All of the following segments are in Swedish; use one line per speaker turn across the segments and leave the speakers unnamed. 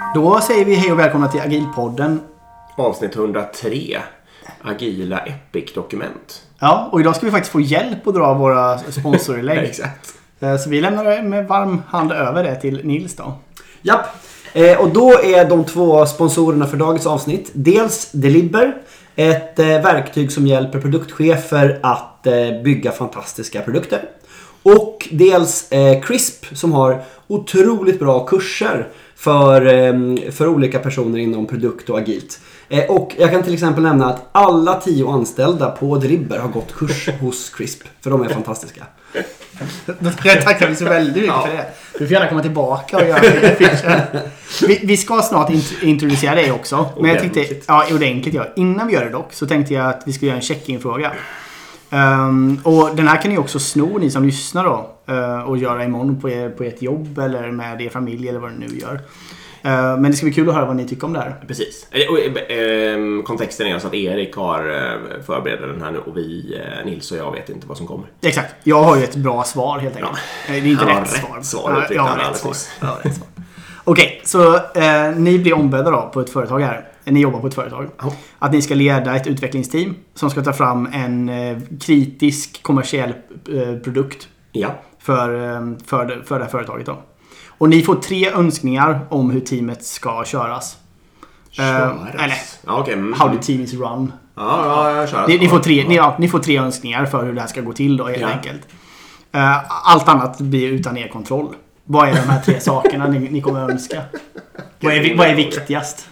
Då säger vi hej och välkomna till Agilpodden.
Avsnitt 103. Agila Epic-dokument.
Ja, och idag ska vi faktiskt få hjälp att dra våra sponsorinlägg.
Exakt.
Så vi lämnar med varm hand över det till Nils då.
Japp. Och då är de två sponsorerna för dagens avsnitt dels Deliber, ett verktyg som hjälper produktchefer att bygga fantastiska produkter. Och dels Crisp som har otroligt bra kurser för olika personer inom produkt och agilt. Och jag kan till exempel nämna att alla 10 anställda på Deliber har gått kurs hos Crisp. För de är fantastiska.
Jag tackar vi så väldigt mycket för det. Du får gärna komma tillbaka och göra det. Vi ska snart introducera dig också. Men jag tänkte, ordentligt. Innan vi gör det dock så tänkte jag att vi skulle göra en check-in-fråga. Och den här kan ni också sno, ni som lyssnar då, och göra imorgon på ert jobb eller med er familj eller vad ni nu gör. Men det ska bli kul att höra vad ni tycker om det här.
Precis. Kontexten är alltså att Erik har förberett den här nu och Nils och jag vet inte vad som kommer.
Exakt. Jag har ju ett bra svar helt enkelt.
Ja.
Det är inte rätt svar. Jag har rätt svar. Okej, så ni blir ombedda då på ett företag här. Ni jobbar på ett företag. Att ni ska leda ett utvecklingsteam som ska ta fram en kritisk kommersiell produkt för det här företaget då. Och ni får 3 önskningar om hur teamet ska köras. Eller how the team is run. Ni får 3 önskningar för hur det här ska gå till då helt enkelt. Allt annat blir utan er kontroll. Vad är de här 3 sakerna ni kommer att önska? Vad är viktigast?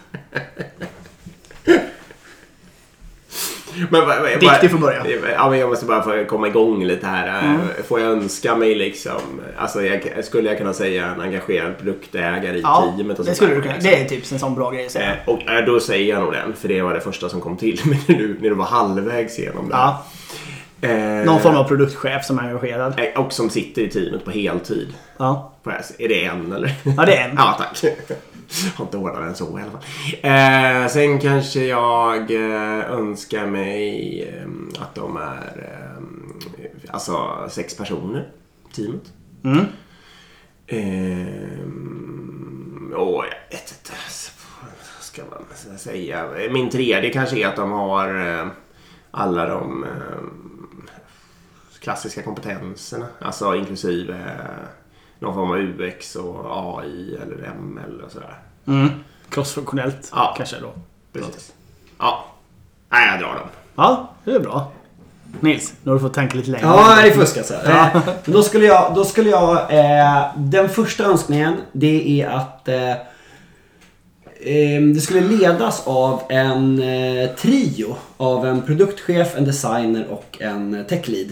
Viktigt för börja.
Ja, men jag måste bara få komma igång lite här. Får jag önska mig liksom, alltså skulle jag kunna säga en engagerad produktägare i teamet och
det skulle du kunna. Det är typ en sån bra grej att säga.
Och då säger jag nog den, för det var det första som kom till mig när du var halvvägs igenom det.
Ja. Någon form av produktchef som är engagerad.
Och som sitter i teamet på heltid.
Ja.
Är det en eller?
Ja, det är en.
Ja, tack. Jag har inte ordnat den så i alla fall. Sen kanske jag önskar mig att de är 6 personer teamet. Jag vet inte. Ska man säga. Min tredje kanske är att de har alla de klassiska kompetenserna. Alltså inklusive någon form av UX och AI eller ML och sådär.
Crossfunktionellt kanske då.
Precis. Ja. Nej, jag drar dem.
Ja, det är bra. Nils, nu har du fått tänka lite längre.
Ja, det är fuskat så här. Då skulle jag den första önskningen, det är att det skulle ledas av en trio av en produktchef, en designer och en techlead.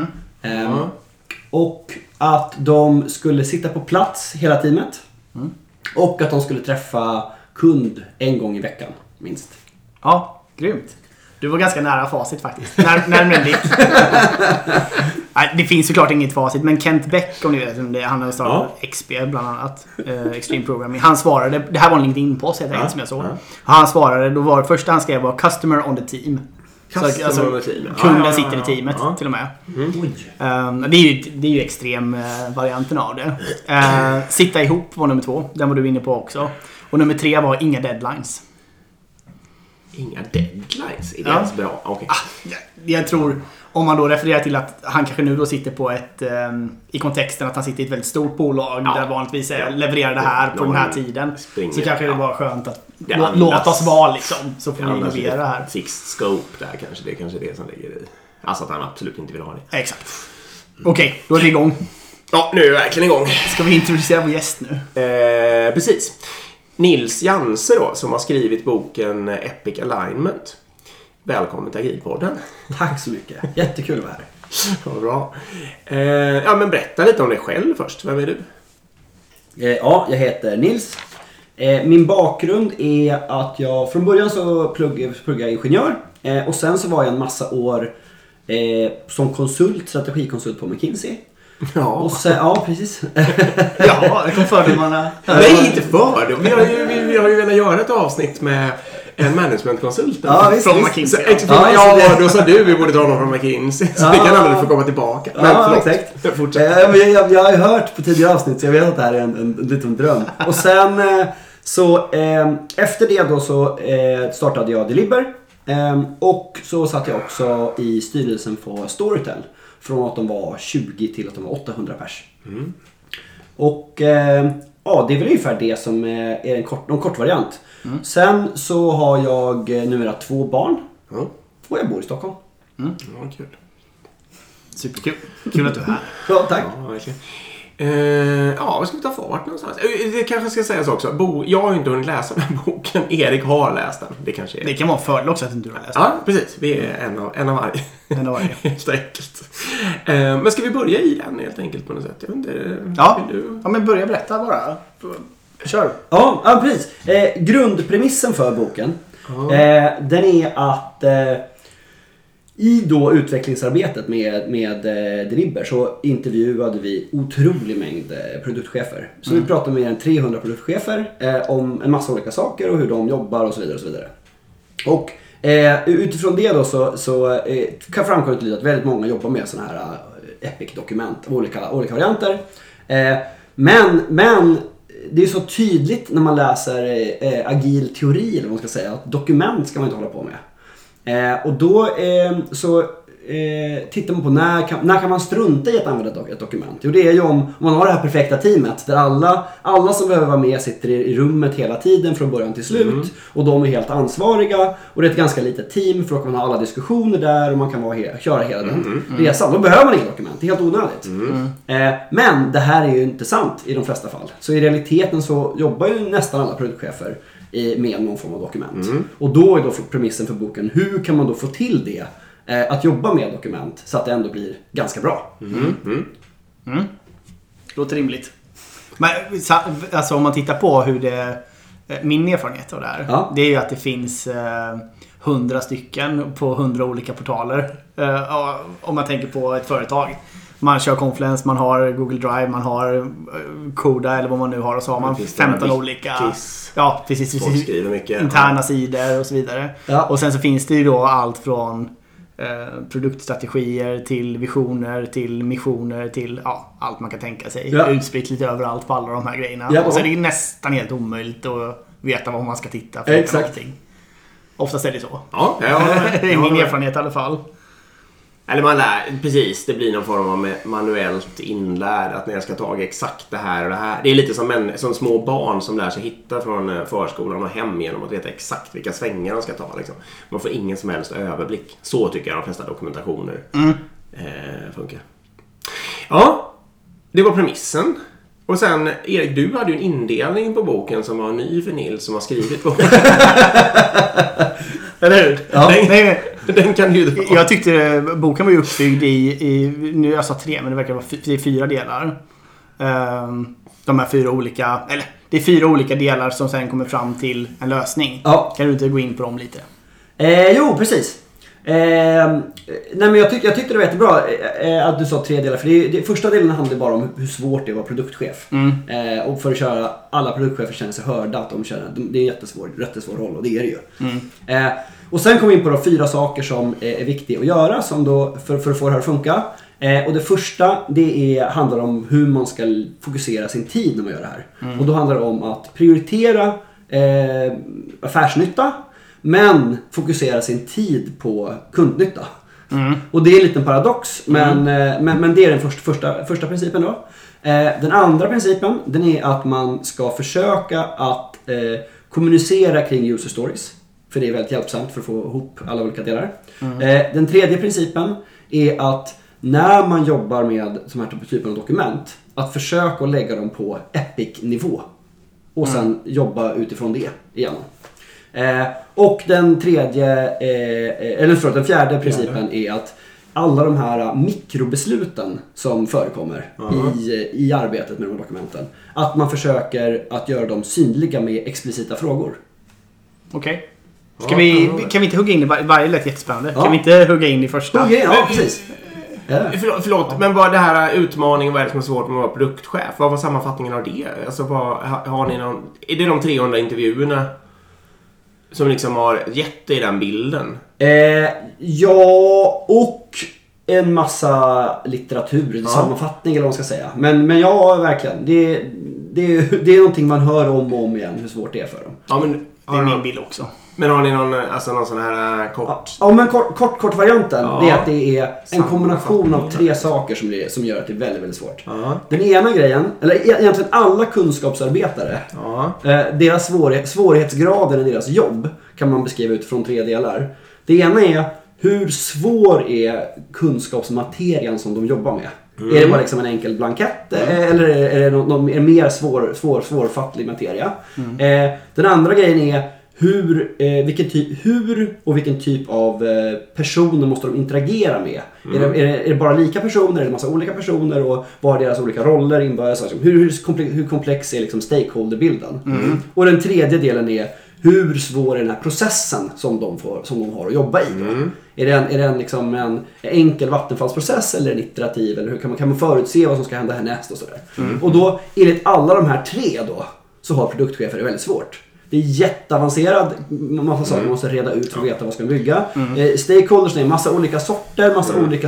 Och att de skulle sitta på plats hela teamet. Och att de skulle träffa kund en gång i veckan, minst.
Ja, grymt. Du var ganska nära facit faktiskt. Närmare ditt. Det finns såklart inget facit, men Kent Beck, om ni vet, han har startat XP bland annat, Extreme Programming. Han svarade, det här var en LinkedIn-post helt enkelt som jag såg. Han svarade, då var det första han skrev var Customer on the team. Kunden sitter i teamet till och med. Det är ju extrem varianten av det. Sitta ihop var nummer 2. Den var du inne på också. Och nummer 3 var inga deadlines.
Inga deadlines? Är det ens bra? Okay.
Jag tror, om man då refererar till att han kanske nu då sitter på ett i kontexten att han sitter i ett väldigt stort bolag där vanligtvis levererar det här på den här tiden, så kanske det var skönt att låta oss vara liksom, så får vi innovera det här.
Fixed scope där kanske, det är kanske det som ligger i. Alltså att han absolut inte vill ha det.
Exakt. Okej, då är vi igång.
Ja, nu är vi verkligen igång.
Ska vi introducera vår gäst nu?
Precis. Nils Janse då, som har skrivit boken Epic Alignment. Välkommen till Agilpodden.
Tack så mycket. Jättekul att vara här.
Vad bra. Men berätta lite om dig själv först. Vem är du?
Jag heter Nils. Min bakgrund är att jag från början så pluggade ingenjör. Och sen så var jag en massa år som strategikonsult på McKinsey.
Ja.
Och sen, precis.
Det kom fördomarna.
Nej, inte fördom. Vi har ju velat göra ett avsnitt med en managementkonsult
från McKinsey.
Då sa du vi borde ta någon från McKinsey. Så det kan aldrig få komma tillbaka. Men
exakt. Jag har ju hört på tidigare avsnitt, så jag vet att det här är en liten dröm. Och sen Så efter det då så startade jag Deliber. Och så satt jag också i styrelsen för Storytel. Från att de var 20 till att de var 800 pers. Och ja, det är väl ungefär det som är en kort variant. Sen så har jag numera 2 barn. Och jag bor i Stockholm.
Ja, kul.
Superkul. Kul att du är här.
Ja, tack.
Ja, verkligen. Vad ska vi ta fart någonstans? Det kanske ska sägas också. Jag har ju inte hunnit läsa den här boken. Erik har läst den. Det kanske är.
Det kan vara en fördel också att inte du har läst.
Ja, precis. Vi är en av varje.
En av varje.
Helt enkelt. Men ska vi börja i den helt enkelt på något sätt? Jag vet inte,
ja, men börja berätta bara. Kör.
Ja, precis. Grundpremissen för boken den är att i då utvecklingsarbetet med Deliber så intervjuade vi otrolig mängd produktchefer. Så vi pratade med mer än 300 produktchefer om en massa olika saker och hur de jobbar och så vidare och så vidare. Och utifrån det då så kan framkomma lite att väldigt många jobbar med såna här Epic-dokument av olika varianter. Men det är så tydligt när man läser agil teori eller vad man ska säga att dokument ska man inte hålla på med. Och då tittar man på när kan man strunta i att använda ett dokument. Jo, det är ju om man har det här perfekta teamet där alla som behöver vara med sitter i rummet hela tiden från början till slut och de är helt ansvariga och det är ett ganska litet team för att man har alla diskussioner där och man kan köra hela den resan. Då behöver man inga dokument, det är helt onödigt. Men det här är ju inte sant i de flesta fall. Så i realiteten så jobbar ju nästan alla produktchefer med någon form av dokument. Och då är då premissen för boken, hur kan man då få till det att jobba med dokument så att det ändå blir ganska bra.
Låter rimligt. Men alltså om man tittar på hur det min erfarenhet av det här, det är ju att det finns 100 stycken på 100 olika portaler. Om man tänker på ett företag. Man kör Confluence, man har Google Drive, man har Koda eller vad man nu har och så har man 15 olika precis, interna sidor och så vidare. Och sen så finns det ju då allt från produktstrategier till visioner till missioner till allt man kan tänka sig. Utspritt lite överallt på alla de här grejerna. Och så är det nästan helt omöjligt att veta vad man ska titta för.
Exakt.
Oftast är det så.
Det
är min erfarenhet i alla fall.
Eller man lär, precis, det blir någon form av manuellt inlärd att när jag ska ta exakt det här och det här. Det är lite som små barn som lär sig hitta från förskolan och hem genom att veta exakt vilka svängar de ska ta. Liksom. Man får ingen som helst överblick. Så tycker jag de flesta dokumentationer funkar. Ja, det var premissen. Och sen, Erik, du hade ju en indelning på boken som var ny för Nils som har skrivit boken. Eller hur?
Ja.
Den kan du dra.
Jag tyckte boken var ju uppbyggd i nu jag sa 3, men det verkar vara 4 delar. De här 4 olika, eller det är 4 olika delar som sen kommer fram till en lösning. Kan du inte gå in på dem lite?
Jo, precis. Nej, men jag tyckte det var jättebra att du sa 3 delar. För första delen handlar bara om hur svårt det är att vara produktchef. Och för att köra alla produktchefer känner sig hörda att de känner att det är en jättesvår roll, och det är det ju. Och sen kom vi in på 4 saker som är viktiga att göra som då, för att få det här att funka. Och det första handlar om hur man ska fokusera sin tid när man gör det här. Och då handlar det om att prioritera affärsnytta, men fokusera sin tid på kundnytta. Och det är en liten paradox, men det är den första principen då. Den andra principen, den är att man ska försöka att kommunicera kring user stories. För det är väldigt hjälpsamt för att få ihop alla olika delar. Den tredje principen är att när man jobbar med sån här typen av dokument, att försöka att lägga dem på Epic-nivå. Och sen jobba utifrån det igen. Och den fjärde principen är att alla de här mikrobesluten som förekommer i arbetet med de dokumenten, att man försöker att göra dem synliga med explicita frågor.
Okej. Kan vi inte hugga in i varje lät jättespännande? Kan vi inte hugga in i första?
Ja, precis.
Förlåt, men vad det här utmaningen, vad är det som är svårt med att vara produktchef? Vad var sammanfattningen av det? Alltså, har ni någon, är det de 300 intervjuerna som liksom har gett i den bilden?
Ja, och en massa litteratur, sammanfattning eller vad man ska säga. Men ja, verkligen. det är någonting man hör om och om igen hur svårt det är för dem.
Ja, men
Det är min bild också.
Men har ni någon sån här kort?
Ja, men kort varianten det är att det är en kombination av 3 saker som gör att det är väldigt, väldigt svårt.
Ja.
Den ena grejen, eller egentligen alla kunskapsarbetare, deras svårighetsgraden i deras jobb kan man beskriva utifrån 3 delar. Det ena är hur svår är kunskapsmaterian som de jobbar med. Är det bara liksom en enkel blankett eller är det någon mer svårfattlig materia? Den andra grejen är vilken typ av personer måste de interagera med? Är det bara lika personer? Är det massa olika personer? Och vad är deras olika roller inbördes? Alltså, hur komplex är liksom stakeholderbilden? Och den tredje delen är hur svår är den här processen som de har att jobba i? Är det liksom en enkel vattenfallsprocess eller en iterativ? Eller hur kan man förutse vad som ska hända härnäst och sådär? Och då, enligt alla de här 3 då, så har produktchefer det väldigt svårt. Det är jätteavancerad, massa saker man måste reda ut för att veta vad ska man bygga. Stakeholders är massa olika sorter, massa olika,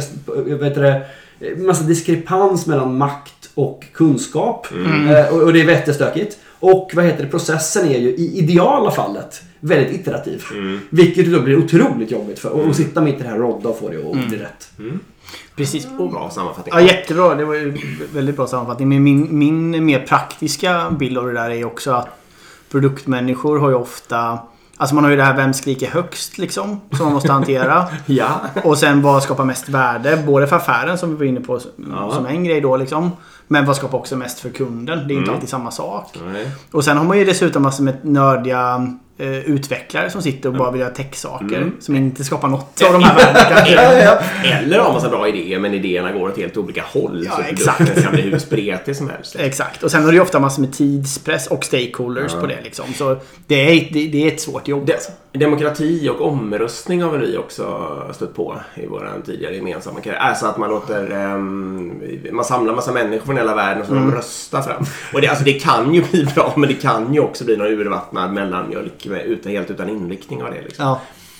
massa diskrepans mellan makt och kunskap. Och det är jättestökigt. Och processen är ju i ideala fallet väldigt iterativ. Vilket då blir otroligt jobbigt för att sitta mitt i det här rodda och få det att bli rätt.
Precis. Och,
bra sammanfattning.
Ja, jättebra. Det var ju väldigt bra sammanfattning. Men min mer praktiska bild av det där är också att produktmänniskor har ju ofta... Alltså man har ju det här vem skriker högst liksom, som man måste hantera.
Ja.
Och sen vad skapar mest värde, både för affären som vi var inne på som en grej då liksom. Men vad skapar också mest för kunden. Det är inte alltid samma sak.
Nej.
Och sen har man ju dessutom massor med nördiga utvecklare som sitter och bara vill göra tech-saker som inte skapar något av de här värdena.
Eller har massa bra idéer, men idéerna går åt helt olika håll.
Ja,
så
exakt.
Det kan bli hur spretigt som helst.
Exakt. Och sen har det ju ofta massor med tidspress och stakeholders på det liksom. Så det är ett svårt jobb.
Demokrati och omröstning har väl vi också stött på i vår tidigare gemensamma karriär. Alltså att man låter man samlar massa människor från hela världen och så de röstar fram. Och det kan ju bli bra, men det kan ju också bli någon urvattnad mellanmjölk helt utan inriktning av det liksom.
Ja.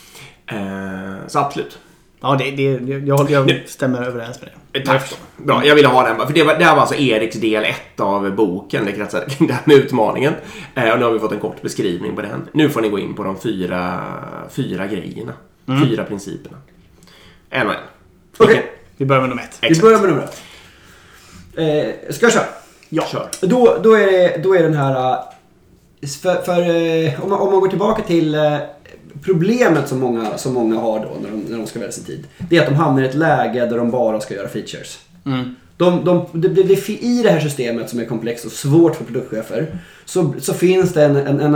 Så absolut.
Ja, jag stämmer överens med det.
Tack. Bra, jag ville ha den. För det var alltså Eriks del 1 av boken. Det kretsade kring den med utmaningen. Och nu har vi fått en kort beskrivning på den. Nu får ni gå in på de 4 grejerna. 4 principerna. En och en.
Okej.
Vi börjar med nummer 1.
Vi börjar med nummer 1. Ska jag köra?
Ja.
Kör.
Då är den här... Om man går tillbaka till... Problemet som många har då när de ska välja sin tid, det är att de hamnar i ett läge där de bara ska göra features. I det här systemet som är komplext och svårt för produktchefer så finns det en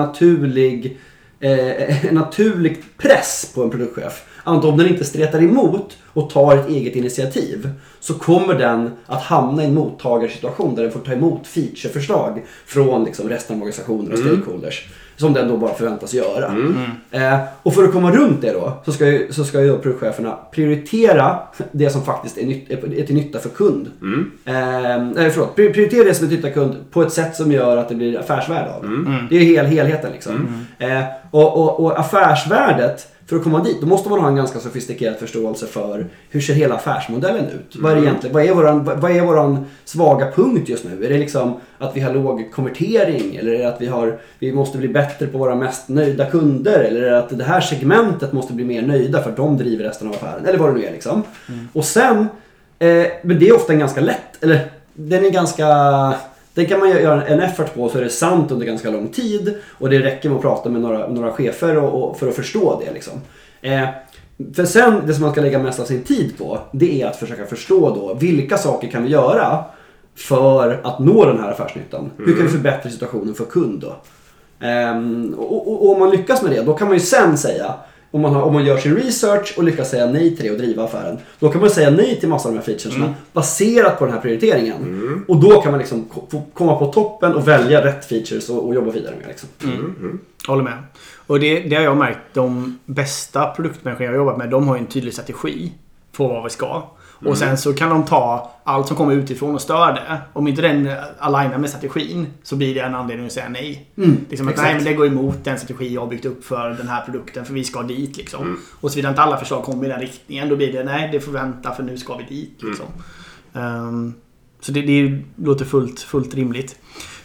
naturlig press på en produktchef. Om den inte stretar emot och tar ett eget initiativ så kommer den att hamna i en mottagarsituation där den får ta emot featureförslag från liksom resten av organisationer och stakeholders som den då bara förväntas göra. Och för att komma runt det då så ska ju då produktcheferna prioritera det som faktiskt är till nytta för kund. Prioritera det som är till nytta för kund på ett sätt som gör att det blir affärsvärde av. Det är helheten liksom. Och affärsvärdet, för att komma dit, då måste man ha en ganska sofistikerad förståelse för hur ser hela affärsmodellen ut. Vad är det egentligen? Vad är våran svaga punkt just nu? Är det liksom att vi har låg konvertering? Eller är det att vi måste bli bättre på våra mest nöjda kunder? Eller är det att det här segmentet måste bli mer nöjda för att de driver resten av affären? Eller vad det nu är liksom. Och sen, men det är ofta en ganska lätt, eller den är ganska... Den kan man göra en effort på så är det sant under ganska lång tid. Och det räcker med att prata med några chefer för att förstå det liksom. För sen, det som man ska lägga mest av sin tid på, det är att försöka förstå då vilka saker kan vi göra för att nå den här affärsnyttan. Hur kan vi förbättra situationen för kund då? Och om man lyckas med det, då kan man ju sen säga, om man gör sin research och lyckas säga nej till det och driva affären, då kan man säga nej till massa av de här featuresna baserat på den här prioriteringen. Och då kan man liksom komma på toppen och välja rätt features och jobba vidare med liksom.
Håller med. Och det har jag märkt, de bästa produktmänniskor jag har jobbat med, de har en tydlig strategi på vad vi ska. Och sen så kan de ta allt som kommer utifrån och stör det. Om inte den alignar med strategin så blir det en anledning att säga nej. Liksom att nej, men det går emot den strategi jag har byggt upp för den här produkten, för vi ska dit liksom. Och så vidare inte alla förslag kommer i den riktningen, då blir det nej, det får vänta för nu ska vi dit liksom. Så det låter fullt rimligt.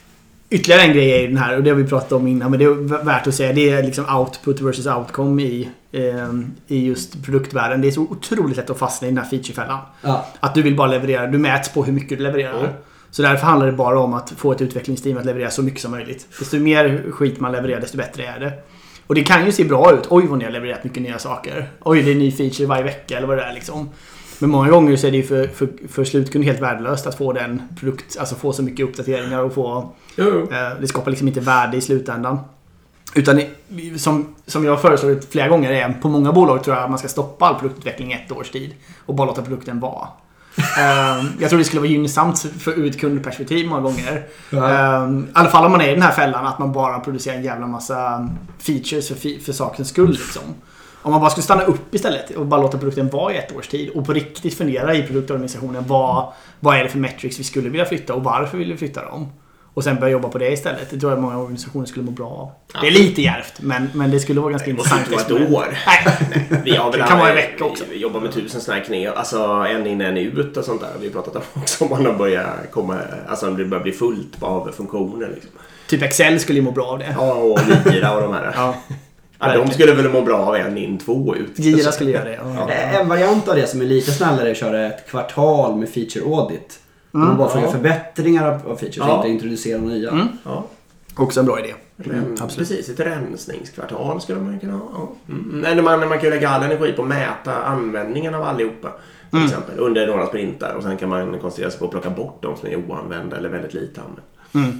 Ytterligare en grej är den här, och det har vi pratat om innan, men det är värt att säga, det är liksom output versus outcome i just produktvärlden. Det är så otroligt lätt att fastna i den här featurefällan. Ja. Att du vill bara leverera, du mäts på hur mycket du levererar. Så därför handlar det bara om att få ett utvecklingsteam att leverera så mycket som möjligt. Desto mer skit man levererar, desto bättre är det. Och det kan ju se bra ut. Oj, vad ni har levererat mycket nya saker. Oj, det är en ny feature varje vecka eller vad det är liksom. Men många gånger så är det ju för slutkund helt värdelöst att få den produkt, alltså få så mycket uppdateringar och få det skapar liksom inte värde i slutändan. Utan som jag har föreslagit flera gånger är på många bolag tror jag att man ska stoppa all produktutveckling 1 års tid och bara låta produkten vara. Jag tror det skulle vara gynnsamt ur ett kundperspektiv många gånger. I alla fall om man är i den här fällan att man bara producerar en jävla massa features för sakens skull liksom. Om man bara skulle stanna upp istället och bara låta produkten vara i 1 års tid och på riktigt fundera i produktorganisationen vad är det för metrics vi skulle vilja flytta och varför vill vi flytta dem. Och sen börja jobba på det istället. Det tror jag många organisationer skulle må bra av. Ja. Det är lite djärvt, men det skulle vara ganska intressant.
Det måste inte vara ett år. Nej. Vi har väl
det kan vara en vecka också.
Vi jobbar med 1000 sådana här knep. Alltså en in, en ut och sånt där. Vi har pratat om också om man börjar komma... Alltså om det börjar bli fullt av funktioner. Liksom.
Typ Excel skulle ju må bra av det.
Ja, och Gira och de här. Ja. Ja, de skulle väl må bra av en in, 2 ut.
Gira skulle göra det.
Ja. En variant av det som är lite snällare är att köra ett kvartal med feature audit. Man bara får göra förbättringar av features och inte introducera nya.
Ja. Också en bra idé.
Precis, ett rensningskvartal skulle man kunna ha. Eller man kan lägga all energi på att mäta användningen av allihopa. Till exempel under några sprintar. Och sen kan man koncentrera sig på att plocka bort de som är oanvända eller väldigt lite använda.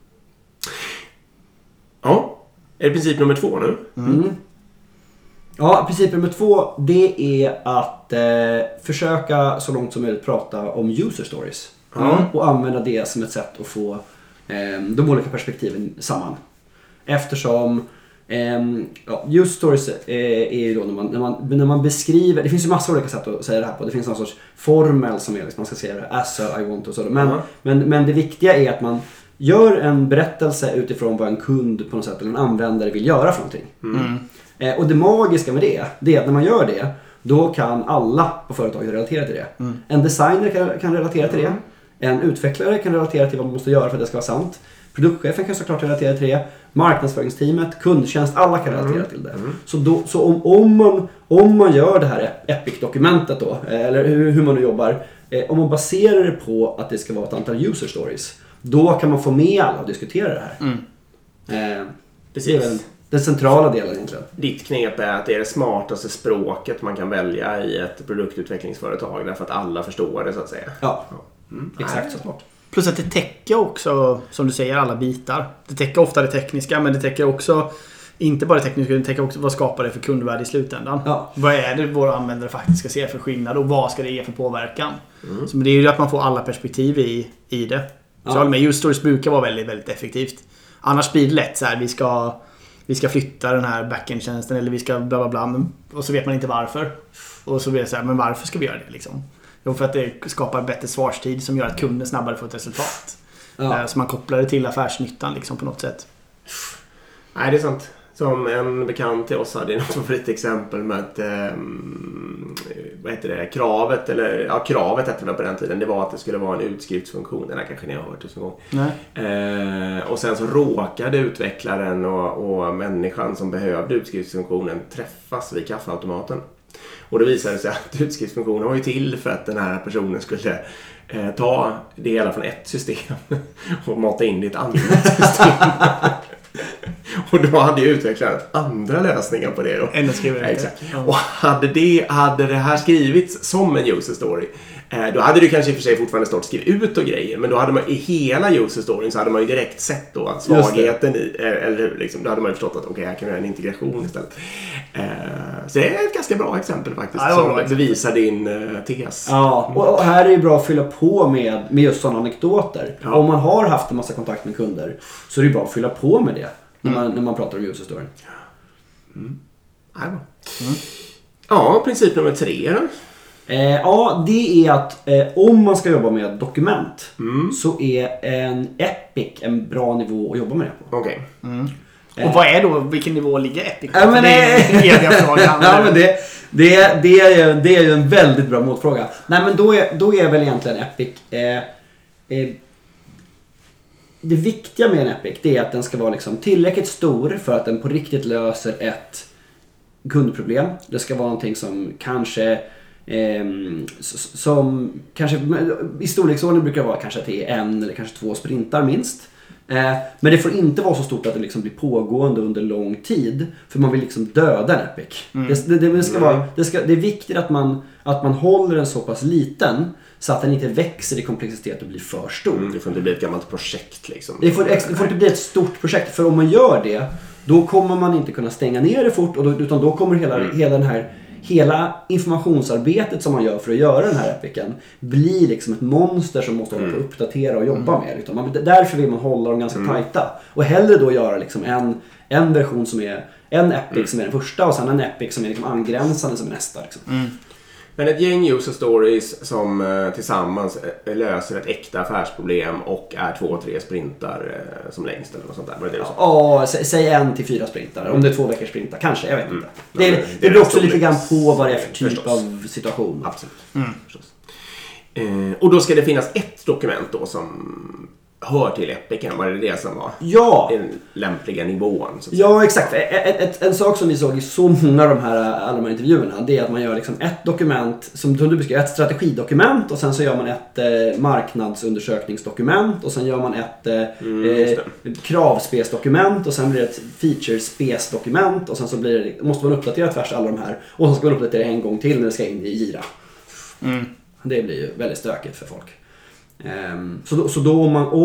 Ja, är det princip nummer 2 nu?
Ja, princip nummer 2 det är att försöka så långt som möjligt prata om user stories. Och använda det som ett sätt att få de olika perspektiven samman. Eftersom user stories är ju då när man beskriver, det finns ju massa olika sätt att säga det här på. Det finns någon sorts formel som är liksom, man ska säga det as I want och så. Men det viktiga är att man gör en berättelse utifrån vad en kund på något sätt eller en användare vill göra för någonting. Och det magiska med det är att när man gör det, då kan alla på företaget relatera till det. En designer kan relatera till det. En utvecklare kan relatera till vad man måste göra för att det ska vara sant. Produktchefen kan såklart relatera till det. Marknadsföringsteamet, kundtjänst, alla kan relatera till det. Så om man gör det här Epic-dokumentet då, eller hur man nu jobbar, om man baserar det på att det ska vara ett antal user stories, då kan man få med alla och diskutera det här. Det är väl den centrala delen egentligen.
Ditt knep är att det är det smartaste språket man kan välja i ett produktutvecklingsföretag därför att alla förstår det så att säga.
Ja. Exakt så smart.
Plus att det täcker också, som du säger, alla bitar. Det täcker ofta det tekniska, men det täcker också inte bara det tekniska, det täcker också vad skapar det för kundvärde i slutändan. Ja. Vad är det våra användare faktiskt ska se för skillnad och vad ska det ge för påverkan? Så det är ju att man får alla perspektiv i det. Så jag håller med, user stories brukar vara väldigt, väldigt effektivt. Annars blir det lätt så här, vi ska flytta den här backend-tjänsten eller vi ska bla bla bla, och så vet man inte varför. Och så blir det så här, men varför ska vi göra det liksom? Jo, för att det skapar bättre svarstid som gör att kunden snabbare får ett resultat. Så man kopplar det till affärsnyttan liksom på något sätt.
Nej, det är sant. Som en bekant till oss hade något exempel med att vad heter det, kravet hette det på den tiden. Det var att det skulle vara en utskriftsfunktion. Den här kanske ni har hört 1000 gånger. Och sen så råkade utvecklaren och människan som behövde utskriftsfunktionen träffas vid kaffeautomaten. Och det visade sig att utskriftsfunktionen var ju till för att den här personen skulle ta det hela från ett system och mata in det i ett annat system. Och då hade ju utvecklaren andra lösningar på det då.
Exakt.
Och hade det här skrivits som en user story, då hade det kanske i och för sig fortfarande stått skriv ut och grejer, men då hade man i hela user storyn så hade man ju direkt sett då svagheten i, eller liksom, då hade man ju förstått att okej, här kan vi göra en integration istället. Så det är ett ganska bra exempel faktiskt, som bevisar din tes.
Ja, och här är det bra att fylla på med just sådana anekdoter. Ja. Om man har haft en massa kontakt med kunder så är det bra att fylla på med det när man pratar om user story.
Ja, princip nummer 3 då?
Ja, det är att om man ska jobba med dokument så är en Epic en bra nivå att jobba med det på.
Okej.
Och vad är då, vilken nivå ligger Epic på? Det är en eviga frågan.
Ja, men det är ju en väldigt bra motfråga. Nej, men då är väl egentligen Epic det viktiga med en Epic, det är att den ska vara liksom tillräckligt stor för att den på riktigt löser ett kundproblem. Det ska vara någonting som kanske i storleksordning brukar det vara kanske till 1 eller kanske 2 sprintar minst. Men det får inte vara så stort att det liksom blir pågående under lång tid, för man vill liksom döda en Epic. Det är viktigt att man håller den så pass liten så att den inte växer i komplexitet och blir för stor.
Det får inte bli ett gammalt projekt liksom.
Det får inte bli ett stort projekt, för om man gör det, då kommer man inte kunna stänga ner det fort, utan då kommer hela informationsarbetet som man gör för att göra den här Epicen blir liksom ett monster som måste hålla på att uppdatera och jobba med. Därför vill man hålla dem ganska tajta. Och hellre då göra liksom en version som är en Epic som är den första, och sen en Epic som är liksom angränsande som är nästa. Liksom.
Men ett gäng user stories som tillsammans löser ett äkta affärsproblem och är 2-3 sprintar som längst eller något sånt där. Var det det du sa?
Ja, säg 1 till 4 sprintar. Om det är 2 veckors sprintar, kanske, jag vet inte. Det beror också lite grann på vad det är för typ av situation.
Absolut. Och då ska det finnas ett dokument då som hör till Epicen, var det som var den lämpliga nivån? Så
ja, exakt. En sak som vi såg i så många av alla de här intervjuerna, det är att man gör liksom ett dokument, som du beskrev, ett strategidokument, och sen så gör man ett marknadsundersökningsdokument, och sen gör man ett kravspesdokument, och sen blir det ett feature-spes-dokument, och sen så måste man uppdatera tvärs alla de här, och sen ska man uppdatera en gång till när det ska in i Jira. Det blir ju väldigt stökigt för folk. Så då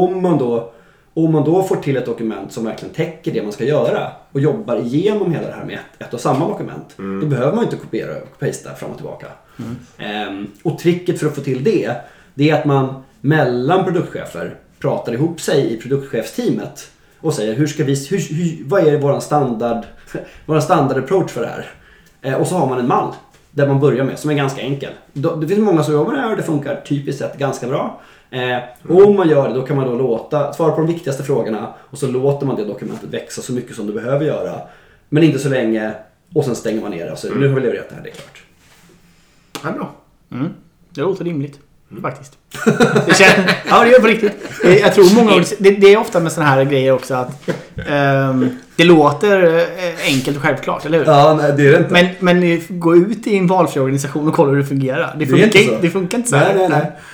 om man då får till ett dokument som verkligen täcker det man ska göra och jobbar igenom hela det här med ett och samma dokument, då behöver man inte kopiera och pasta fram och tillbaka. Och tricket för att få till det är att man mellan produktchefer pratar ihop sig i produktchefsteamet och säger vad är vår standard approach för det här? Och så har man en mall där man börjar med, som är ganska enkel. Det finns många som jobbar med det här och det funkar typiskt sett ganska bra. Och om man gör det, då kan man då svara på de viktigaste frågorna, och så låter man det dokumentet växa så mycket som du behöver göra. Men inte så länge, och sen stänger man ner det och så nu har vi levererat det här, det är klart.
Ja, bra.
Det låter rimligt. Faktiskt. Ja, det gör på riktigt. Jag tror många det är ofta med såna här grejer också att det låter enkelt och självklart, eller hur?
Ja, nej, det är det inte.
Men gå ut i en valfri organisation och kolla hur det fungerar. Det funkar inte så här.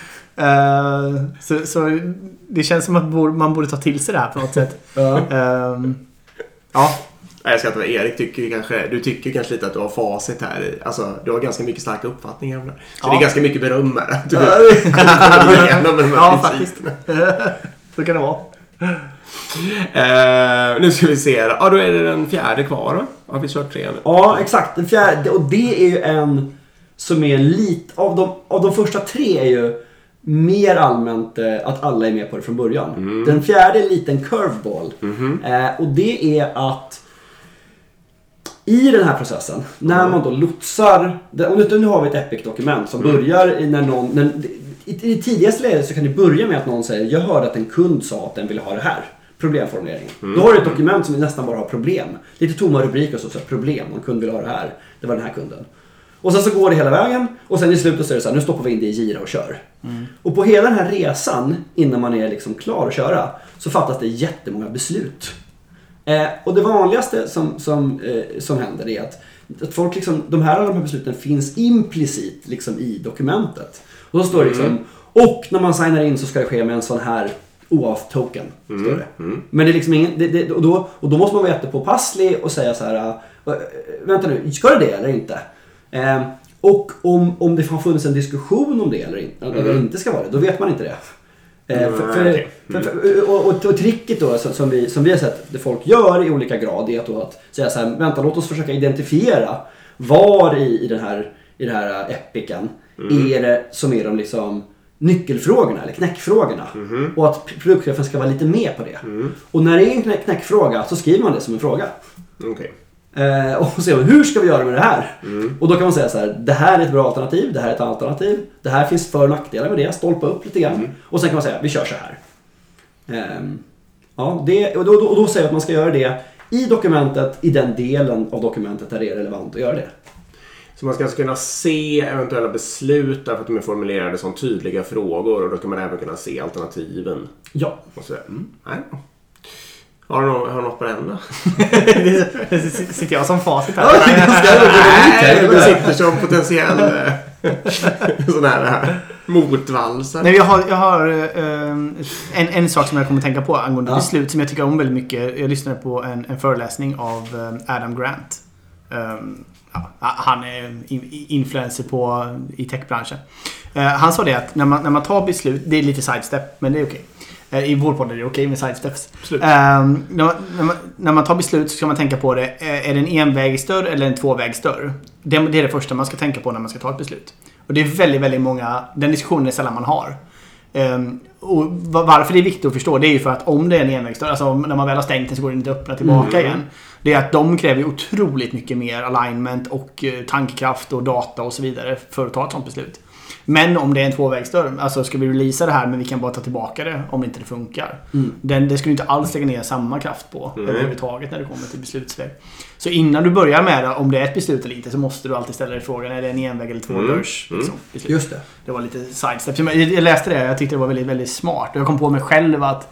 Nej. Så det känns som att man borde ta till sig det här på något sätt. Ja.
Jag ska inte vara Erik, du tycker kanske lite att du har facit här. Alltså, du har ganska mycket starka uppfattningar om det. Så det är ganska mycket beröm här. Att du
faktiskt. Så kan det vara.
Nu ska vi se. Ja, då är det den 4:e kvar då. Har vi kört 3 nu?
Ja, exakt. Den 4:e, och det är ju en som är lite av de första 3 är ju mer allmänt att alla är med på det från början. Den 4:e är en liten curveball. Och det är att i den här processen, när man då lotsar, nu har vi ett Epic-dokument som börjar i det tidigaste läget, så kan det börja med att någon säger: jag hörde att en kund sa att den ville ha det här. Problemformuleringen. Då har du ett dokument som nästan bara har problem. Lite tomma rubriker och så problem. Någon kund vill ha det här. Det var den här kunden. Och sen så går det hela vägen. Och sen i slutet så är det så här: nu stoppar vi in det i Jira och kör. Och på hela den här resan, innan man är liksom klar att köra, så fattas det jättemånga beslut. Och det vanligaste som händer är att folk liksom, de här besluten finns implicit liksom i dokumentet. Och då står det liksom, och när man signar in så ska det ske med en sån här OAuth-token, står det. Men det är liksom ingen, och då måste man vara jättepåpasslig och säga så här: vänta nu, ska det eller inte? Och om det har funnits en diskussion om det eller inte ska vara det, då vet man inte det. Och tricket då som vi har sett det folk gör i olika grad är att säga så här: vänta, låt oss försöka identifiera var i den här epicen är det som är de liksom nyckelfrågorna eller knäckfrågorna, och att produktchefen ska vara lite med på det. Och när det är en knäckfråga så skriver man det som en fråga.
Okej.
Och så hur ska vi göra med det här? Och då kan man säga så här: det här är ett bra alternativ, det här är ett alternativ, det här finns för- och nackdelar med det, stolpa upp lite grann. Och sen kan man säga: vi kör så här. Och då säger jag att man ska göra det i dokumentet, i den delen av dokumentet där det är relevant att göra det.
Så man ska alltså kunna se eventuella beslut därför att de är formulerade som tydliga frågor och då kan man även kunna se alternativen.
Ja.
Och så, nej. Har du något på den då?
Sitter jag som facit här?
Nej, du sitter som potentiell sån här motvalsare.
Nej, jag har en sak som jag kommer att tänka på angående beslut som jag tycker om väldigt mycket. Jag lyssnade på en föreläsning av Adam Grant. Han är influencer i techbranschen. Han sa det att när man tar beslut, det är lite sidestep, men det är okej. I vår podd är det okej med sidesteps. När man tar beslut så ska man tänka på det. Är det en envägsdörr eller en tvåvägsdörr? Det är det första man ska tänka på när man ska ta ett beslut. Och det är väldigt, väldigt många. Den diskussionen är sällan man har. Och varför det är viktigt att förstå, det är ju för att om det är en envägsdörr, alltså när man väl har stängt den så går det inte att öppna tillbaka igen. Det är att de kräver otroligt mycket mer alignment och tankkraft och data och så vidare för att ta ett sånt beslut. Men om det är en tvåvägsdörr, alltså ska vi releasa det här men vi kan bara ta tillbaka det om inte det funkar. Det skulle inte alls lägga ner samma kraft på överhuvudtaget när det kommer till beslutsväg. Så innan du börjar med det, om det är ett beslut eller inte, så måste du alltid ställa dig frågan, är det en enväg eller tvådörrs liksom, beslut. Just det. Det var lite sidestep. Jag läste det, jag tyckte det var väldigt, väldigt smart. Och jag kom på mig själv att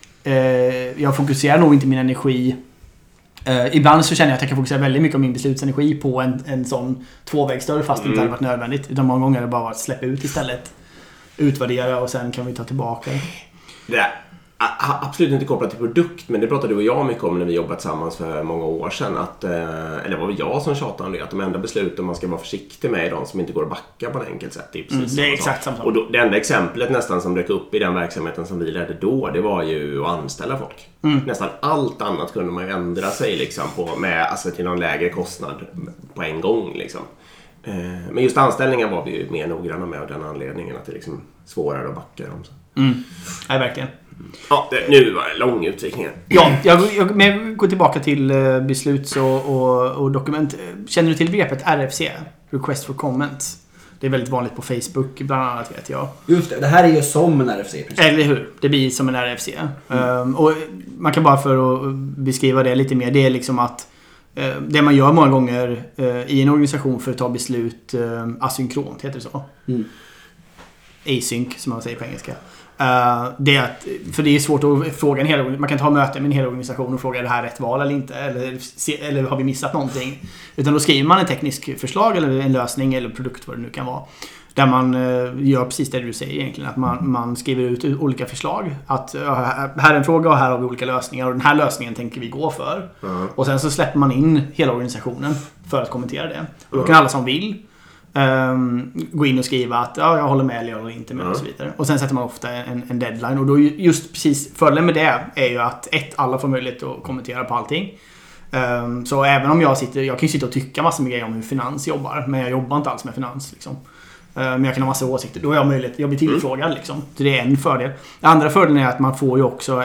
jag fokuserar nog inte min energi. Ibland så känner jag att jag kan fokusera väldigt mycket av min beslutsenergi på en sån tvåvägsdörr fast det inte hade varit nödvändigt. Utan många gånger är det bara att släppa ut istället. Utvärdera och sen kan vi ta tillbaka.
Det är absolut inte kopplat till produkt, men det pratade du och jag mycket om när vi jobbade tillsammans för många år sedan. Eller det var väl jag som tjatade om det, att de enda besluten man ska vara försiktig med är de som inte går att backa på ett enkelt sätt.
Det är exakt samma sak.
Och då, det enda exemplet nästan som dök upp i den verksamheten som vi ledde då, det var ju att anställa folk. Nästan allt annat kunde man ju ändra sig liksom alltså till någon lägre kostnad på en gång liksom. Men just anställningar var vi ju mer noggranna med av den anledningen att det är liksom svårare att backa dem.
Nej, verkligen.
Ja, nu var det lång utvikning.
Ja, jag går tillbaka till besluts och dokument. Känner du till begreppet RFC? Request for Comments. Det är väldigt vanligt på Facebook bland annat, vet jag.
Just det här är ju som en RFC. Precis.
Eller hur? Det blir som en RFC. Och man kan bara för att beskriva det lite mer, det är liksom att det man gör många gånger i en organisation för att ta beslut asynkront, heter det så? Async, som man säger på engelska. Det är att, för det är svårt att fråga en hel organisation. Man kan ta möte med en hel organisation och fråga, är det här rätt val eller inte? Eller har vi missat någonting? Utan då skriver man en teknisk förslag eller en lösning eller produkt, vad det nu kan vara. Där man gör precis det du säger egentligen. Att man skriver ut olika förslag. Att här är en fråga och här har vi olika lösningar. Och den här lösningen tänker vi gå för. Och sen så släpper man in hela organisationen för att kommentera det. Och då kan alla som vill gå in och skriva att jag håller med eller jag håller inte med och så vidare. Och sen sätter man ofta en deadline. Och då just precis fördelen med det är ju att alla får möjlighet att kommentera på allting. Så även om jag kan ju sitta och tycka massor med grejer om hur finans jobbar, men jag jobbar inte alls med finans liksom. Men jag kan ha massa åsikter. Då har jag möjlighet, jag blir tillfrågad liksom. Så det är en fördel. Den andra fördelen är att man får ju också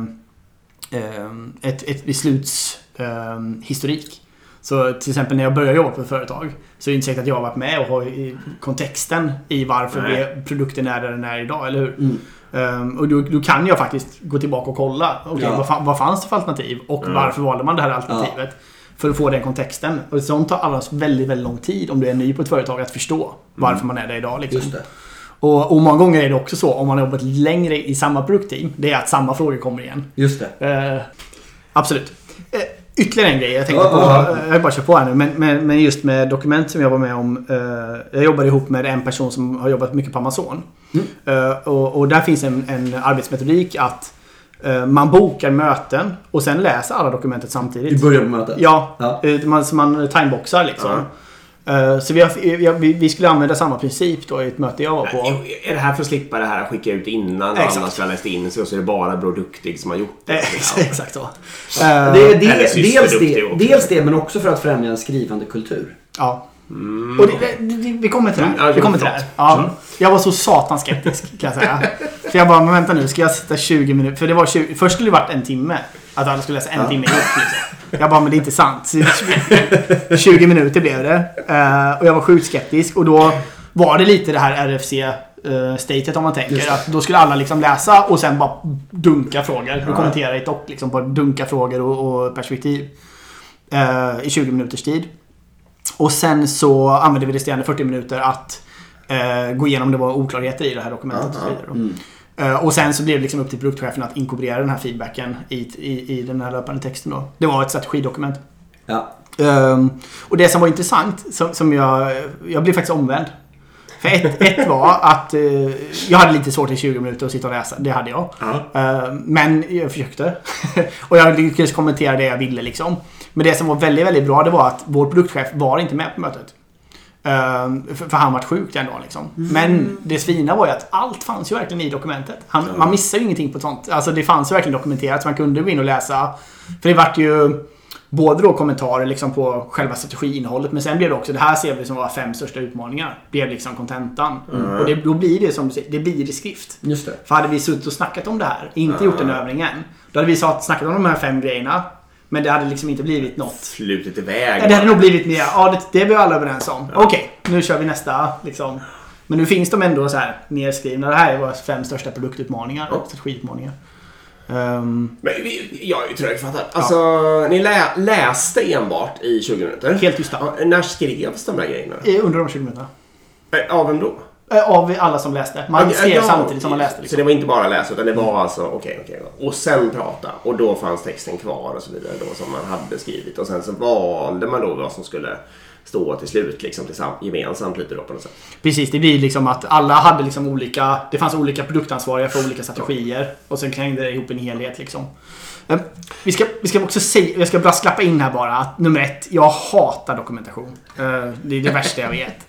ett beslutshistorik. Så till exempel när jag börjar jobba på ett företag så är det inte säkert att jag har varit med och har i kontexten i varför produkten är där den är idag, eller hur? Och då kan jag faktiskt gå tillbaka och kolla vad fanns det för alternativ och varför valde man det här alternativet för att få den kontexten. Och sånt tar alldeles väldigt, väldigt lång tid om du är ny på ett företag att förstå varför man är där idag liksom. Just det. Och många gånger är det också så, om man har jobbat längre i samma produktteam, det är att samma frågor kommer igen. Just det. Absolut. Ytterligare en grej jag tänkte på, jag bara kör på här nu, men just med dokument som jag var med om, jag jobbar ihop med en person som har jobbat mycket på Amazon. Och där finns en arbetsmetodik att man bokar möten och sen läser alla dokumentet samtidigt.
I början på mötet?
Ja. Man timeboxar liksom. Så vi skulle använda samma princip då i ett möte jag var på.
Är det här för att slippa det här att skicka ut innan alla ska ha läst in sig och så är det bara Bror Duktig som har gjort det?
Exakt så.
Det är dels det, men också för att främja en skrivande kultur.
Ja. Och vi kommer till det här. Ja. Jag var så satans skeptisk kan jag säga. För jag bara, men vänta nu, ska jag sitta 20 minuter? För det var först skulle det varit en timme. Att alla skulle läsa en timme ihop liksom. Jag bara, men det är inte sant. Så 20 minuter blev det. Och jag var sjukt skeptisk. Och då var det lite det här RFC-statet om man tänker. Att då skulle alla liksom läsa och sen bara dunka frågor. Och kommentera i ett dock liksom på dunka frågor och perspektiv. I 20 minuters tid. Och sen så använde vi resterande 40 minuter att gå igenom om det var oklarheter i det här dokumentet och så vidare. Och sen så blev det liksom upp till produktchefen att inkorporera den här feedbacken i den här löpande texten då. Det var ett strategidokument.
Ja.
Och det som var intressant, som jag blev faktiskt omvänd. För ett var att jag hade lite svårt i 20 minuter att sitta och läsa. Det hade jag. Men jag försökte. Och jag lyckades kommentera det jag ville liksom. Men det som var väldigt, väldigt bra, det var att vår produktchef var inte med på mötet. För han var sjuk den dagen liksom. Men det fina var ju att allt fanns ju verkligen i dokumentet. Man missade ju ingenting på sånt. Alltså det fanns ju verkligen dokumenterat så man kunde gå in och läsa. För det vart ju både då kommentarer liksom på själva strategiinnehållet, men sen blev det också, det här ser vi som våra 5 största utmaningar. Det blev liksom kontentan. Och då blir det som du säger, det blir i skrift.
Just det.
För hade vi suttit och snackat om det här, inte gjort en övning än, då hade vi snackat om de här 5 grejerna. Men det hade liksom inte blivit något.
Flutit iväg.
Det hade nog blivit mer, det är vi alla överens om. Okej, nu kör vi nästa liksom. Men nu finns de ändå så här nedskrivna. Det här är våra 5 största produktutmaningar, strategiutmaningar.
Men jag är ju trögfattad. Alltså, ni läste enbart i 20 minuter.
Helt tysta.
När skrevs de där grejerna?
Under de 20 minuterna.
Av vem då?
Av alla som läste. Man skrev samtidigt som man läste. Liksom.
Så det var inte bara läsa, utan det var alltså okej. Och sen prata. Och då fanns texten kvar och så vidare då som man hade skrivit. Och sen så valde man då vad som skulle stå till slut liksom gemensamt lite då på något sätt.
Precis, det blir liksom att alla hade liksom olika, det fanns olika produktansvariga för olika strategier och sen krängde det ihop en helhet liksom. Vi ska också säga, jag ska bara sklappa in här bara att nummer 1, jag hatar dokumentation. Det är det värsta jag vet.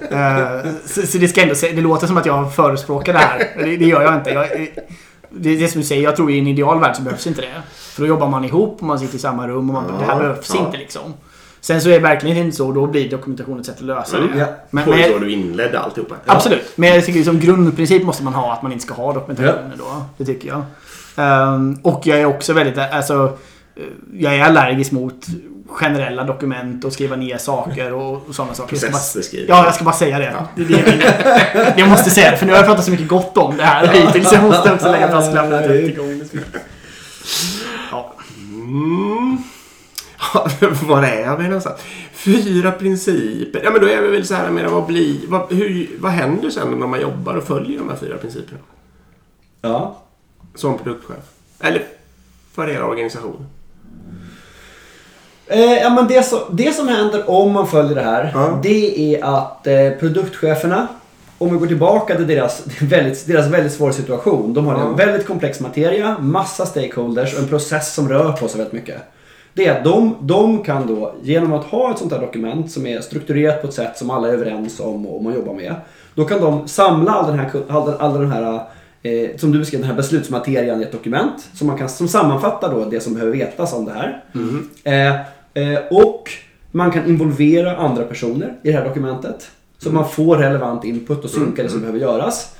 Så det ska ändå säga, det låter som att jag förespråkar det här. Det gör jag inte. Det är som du säger, jag tror i en ideal värld så behövs inte det. För då jobbar man ihop och man sitter i samma rum och det här behövs inte liksom. Sen så är det verkligen inte så, då blir dokumentationen ett sätt att lösa det.
Men så du inledde alltihopa.
Absolut, men jag tycker som grundprincip måste man ha att man inte ska ha dokumentationen då. Det tycker jag. Och jag är också väldigt, alltså jag är allergisk mot generella dokument och skriva ner saker och sådana saker. Jag ska bara säga det. Jag måste säga det, för nu har jag pratat så mycket gott om det här hittills. Jag måste också lägga brasklappen till gång. Ja.
Vad är jag någonstans? 4 principer. Ja, men då är vi väl så här med vad händer sen när man jobbar och följer de här 4 principerna?
Ja.
Som produktchef. Eller för hela organisationen.
Ja, men det som händer om man följer det här, det är att produktcheferna, om vi går tillbaka till deras väldigt svåra situation. De har en väldigt komplex materia, massa stakeholders och en process som rör på sig väldigt mycket. Det är att de kan då, genom att ha ett sånt här dokument som är strukturerat på ett sätt som alla är överens om och man jobbar med, då kan de samla all den här som du beskrev, den här beslutsmaterian i ett dokument som sammanfattar då det som behöver vetas om det här. Och man kan involvera andra personer i det här dokumentet så man får relevant input och synka det som behöver göras.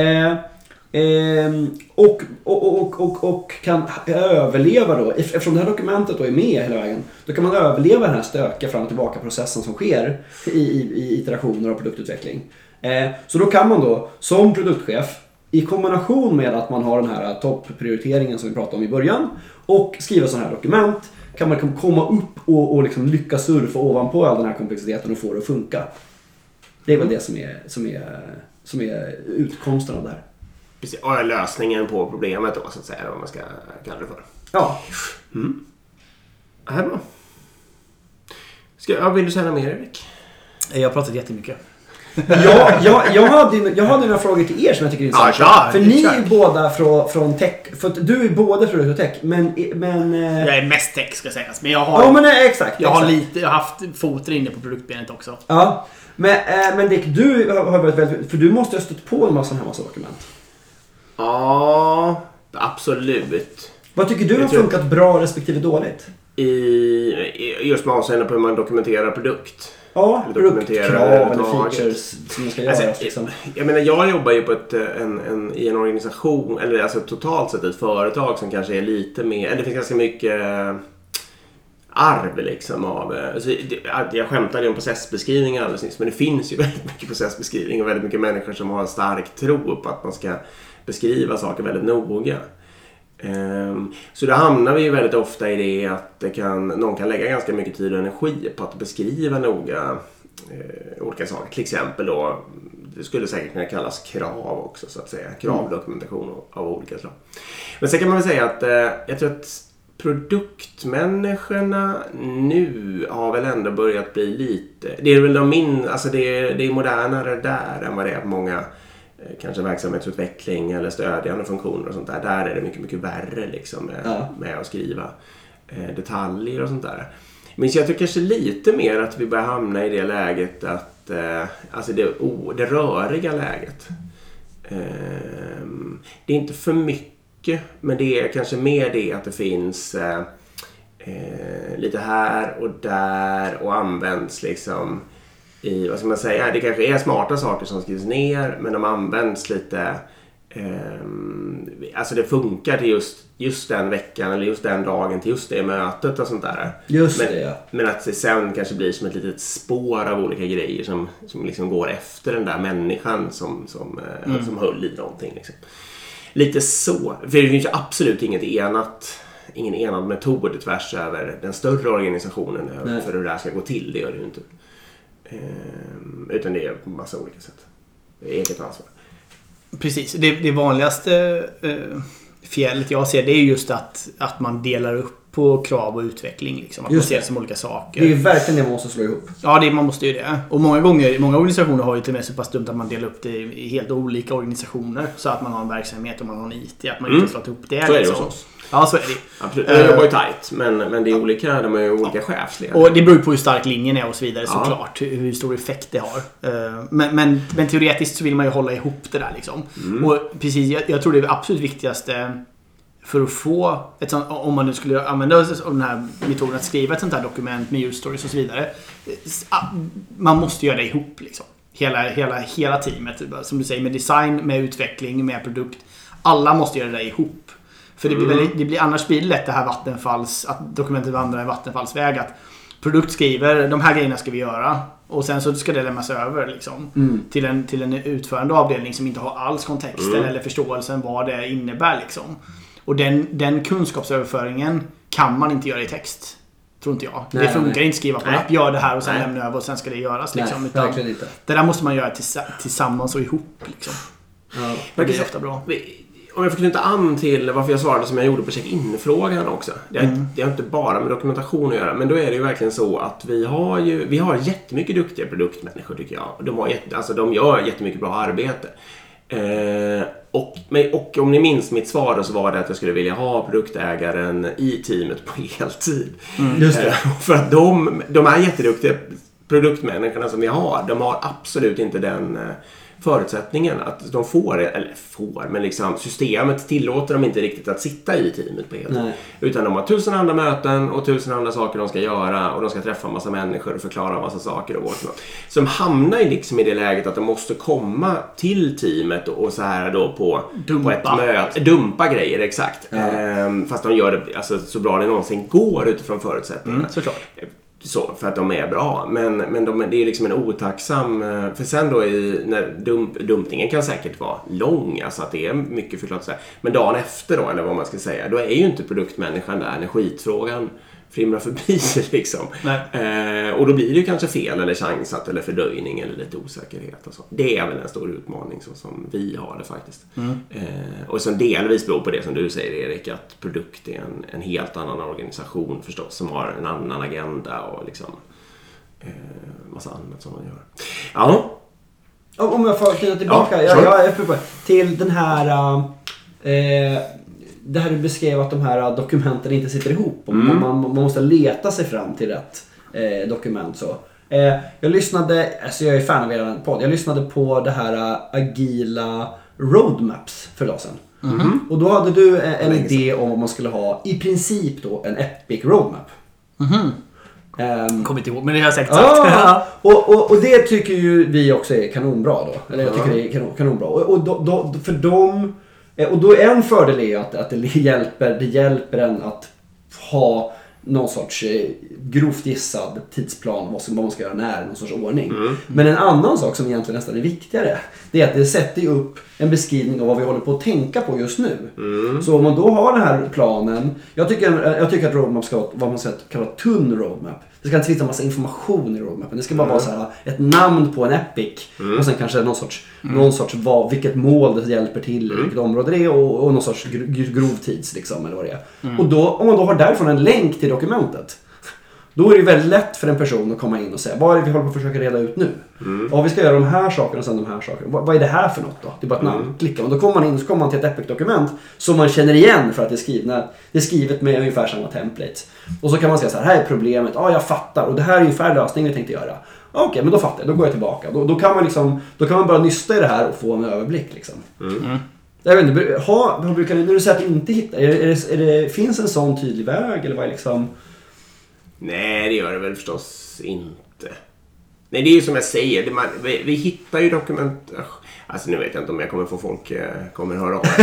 Och kan överleva då, eftersom det här dokumentet då är med hela vägen, då kan man överleva den här stöka fram och tillbaka processen som sker i iterationer och produktutveckling. Så då kan man då som produktchef, i kombination med att man har den här topprioriteringen som vi pratade om i början och skriva sådana här dokument, kan man komma upp och liksom lyckas surfa ovanpå all den här komplexiteten och få det att funka. Det är väl det som är utkomsten av det här.
Precis, och lösningen på problemet då, så att säga, vad man ska kalla det för.
Ja.
Det här är bra. Vill du säga mer, Erik?
Jag har pratat jättemycket.
Jag hade några frågor till er som jag tycker är intressant. För ni är båda från tech. För du är båda från tech, men
jag är mest tech ska sägas, men jag har
exakt.
Jag har haft foten inne på produktbenet också.
Ja. Men Dick, du har varit väldigt, för du måste ha stött på en massa dokument.
Ja, absolut.
Vad tycker du har funkat bra respektive dåligt?
Just med avseende på hur man dokumenterar produkt.
Ja, produktkrav eller features som ska göras. Liksom.
Jag menar, jag jobbar ju på i en organisation, eller alltså totalt sett ett företag som kanske är lite mer, eller det finns ganska mycket arv liksom av, alltså, jag skämtade ju om processbeskrivningar alldeles nyss, men det finns ju väldigt mycket processbeskrivning och väldigt mycket människor som har en stark tro på att man ska beskriva saker väldigt noga. Så då hamnar vi ju väldigt ofta i det att någon kan lägga ganska mycket tid och energi på att beskriva noga olika saker. Till exempel då, det skulle säkert kunna kallas krav också så att säga. Kravdokumentation av olika slag. Men sen kan man väl säga att jag tror att produktmänniskorna nu har väl ändå börjat bli lite... Det är väl det är modernare där än vad det är på många kanske verksamhetsutveckling eller stödjande funktioner och sånt där. Där är det mycket, mycket värre liksom med att skriva detaljer och sånt där. Men jag tycker kanske lite mer att vi börjar hamna i det läget att alltså det röriga läget. Det är inte för mycket, men det är kanske mer det att det finns lite här och där och används liksom i, vad ska man säga, det kanske är smarta saker som skrivs ner, men de används lite alltså det funkar till just den veckan eller just den dagen till just det mötet och sånt där. Men att det sen kanske blir som ett litet spår av olika grejer som liksom går efter den där människan som höll i någonting liksom. Lite så. För det finns ju absolut ingen enad metod tvärs över den större organisationen för hur det här ska gå till. Det gör det ju inte. Utan det är på massa olika sätt. Det är eget ansvar.
Precis. Det vanligaste fjället jag ser, det är just att man delar upp på krav och utveckling. Liksom. Att man ser det som olika saker.
Det är verkligen det man måste slå ihop.
Ja, man måste ju det. Och många organisationer har ju till och med så pass dumt att man delar upp det i helt olika organisationer. Så att man har en verksamhet och man har en IT. Att man inte slår ihop det.
Så är det hos oss.
Ja, så är det.
Absolut. Jag jobbar ju tajt, men det är olika, de är ju olika chefsledare.
Och det beror på hur stark linjen är och så vidare såklart. Hur stor effekt det har. Men teoretiskt så vill man ju hålla ihop det där liksom. Och precis, jag tror det är det absolut viktigaste för att få ett sånt, om man nu skulle använda den här metoden att skriva ett sånt här dokument med use stories och så vidare. Man måste göra det ihop liksom. Hela teamet, som du säger, med design, med utveckling, med produkt. Alla måste göra det ihop. För annars blir det lätt det här att dokumentet vandrar i Vattenfalls väg, att produkt skriver, de här grejerna ska vi göra, och sen så ska det lämnas över liksom, till en utförande avdelning som inte har alls kontexten eller förståelsen vad det innebär liksom. Och den kunskapsöverföringen kan man inte göra i text, tror inte jag. Det funkar inte att skriva på app, gör det här och sen lämna över och sen ska det göras liksom.
Verkligen inte.
Det där måste man göra tillsammans och ihop liksom.
Ja.
Det är ofta bra.
Om jag får knyta an till varför jag svarade som jag gjorde på check-in-frågan också. Det har inte bara med dokumentation att göra, men då är det ju verkligen så att vi har jättemycket duktiga produktmänniskor tycker jag. De gör jättemycket bra arbete. Och om ni minns mitt svar då, så var det att jag skulle vilja ha produktägaren i teamet på heltid.
Just det.
För att de är jätteduktiga produktmänniskorna som vi har. De har absolut inte den förutsättningen att de men liksom systemet tillåter dem inte riktigt att sitta i teamet på heltid. Utan de har 1000 andra möten och 1000 andra saker de ska göra, och de ska träffa en massa människor och förklara en massa saker och så. Så de hamnar liksom i det läget att de måste komma till teamet och så här då på ett möte, dumpa grejer, exakt. Fast de gör det alltså, så bra det någonsin går utifrån förutsättningarna.
Såklart.
Så, för att de är bra. Men det är liksom en otacksam... För sen då när dumpningen kan säkert vara lång. Alltså att det är mycket förklart så här. Men dagen efter då, eller vad man ska säga, då är ju inte produktmänniskan där när skitfrågan frimrar förbi liksom. Och då blir det ju kanske fel eller chansat eller fördröjning eller lite osäkerhet och så. Det är väl en stor utmaning så som vi har det faktiskt. Och som delvis beror på det som du säger, Erik, att produkt är en helt annan organisation förstås, som har en annan agenda och liksom massa annat som man gör. Ja.
Om jag får knyta tillbaka jag är på till den här det här du beskrev, att de här dokumenten inte sitter ihop och man måste leta sig fram till rätt dokument så. Jag lyssnade, alltså jag är fan av er podd. Jag lyssnade på det här agila roadmaps för dagen sedan. Och då hade du en idé om vad man skulle ha i princip då en epic roadmap.
Kommer inte ihåg, men det har jag säkert sagt.
Och det tycker ju vi också är kanonbra då. Eller jag tycker det är kanonbra. Och för dem. Och då är en fördel är att det hjälper en att ha någon sorts grovt gissad tidsplan vad man ska göra när, någon sorts ordning. Men en annan sak som egentligen nästan är viktigare, det är att det sätter ju upp en beskrivning av vad vi håller på att tänka på just nu. Så om man då har den här planen, jag tycker att roadmap ska vara vad man kallar tunn roadmap. Det ska inte finnas en massa information i roadmappen. Det ska bara vara så här, ett namn på en epic och sen kanske någon sorts vilket mål det hjälper till, vilket område det är och någon sorts grovtids liksom, eller vad det är. Och då, om man då har därifrån en länk till dokumentet, då är det väldigt lätt för en person att komma in och säga vad är det vi håller på att försöka reda ut nu? Ja, vi ska göra de här sakerna och sen de här sakerna. Vad är det här för något då? Det är bara ett namn. Klicka. Och då kommer man in och så kommer man till ett Epic-dokument som man känner igen för att det är skrivet med ungefär samma template. Och så kan man säga så här är problemet. Ja, jag fattar. Och det här är ungefär lösningen vi tänkte göra. Okej, men då fattar jag. Då går jag tillbaka. Då kan man bara nysta i det här och få en överblick liksom. Jag vet inte, brukar ni, när du säger att du inte hittar, finns en sån tydlig väg eller vad är liksom...
Nej, det gör det väl förstås inte. Nej, det är ju som jag säger. Vi hittar ju dokument... Alltså nu vet jag inte om jag kommer få folk kommer höra av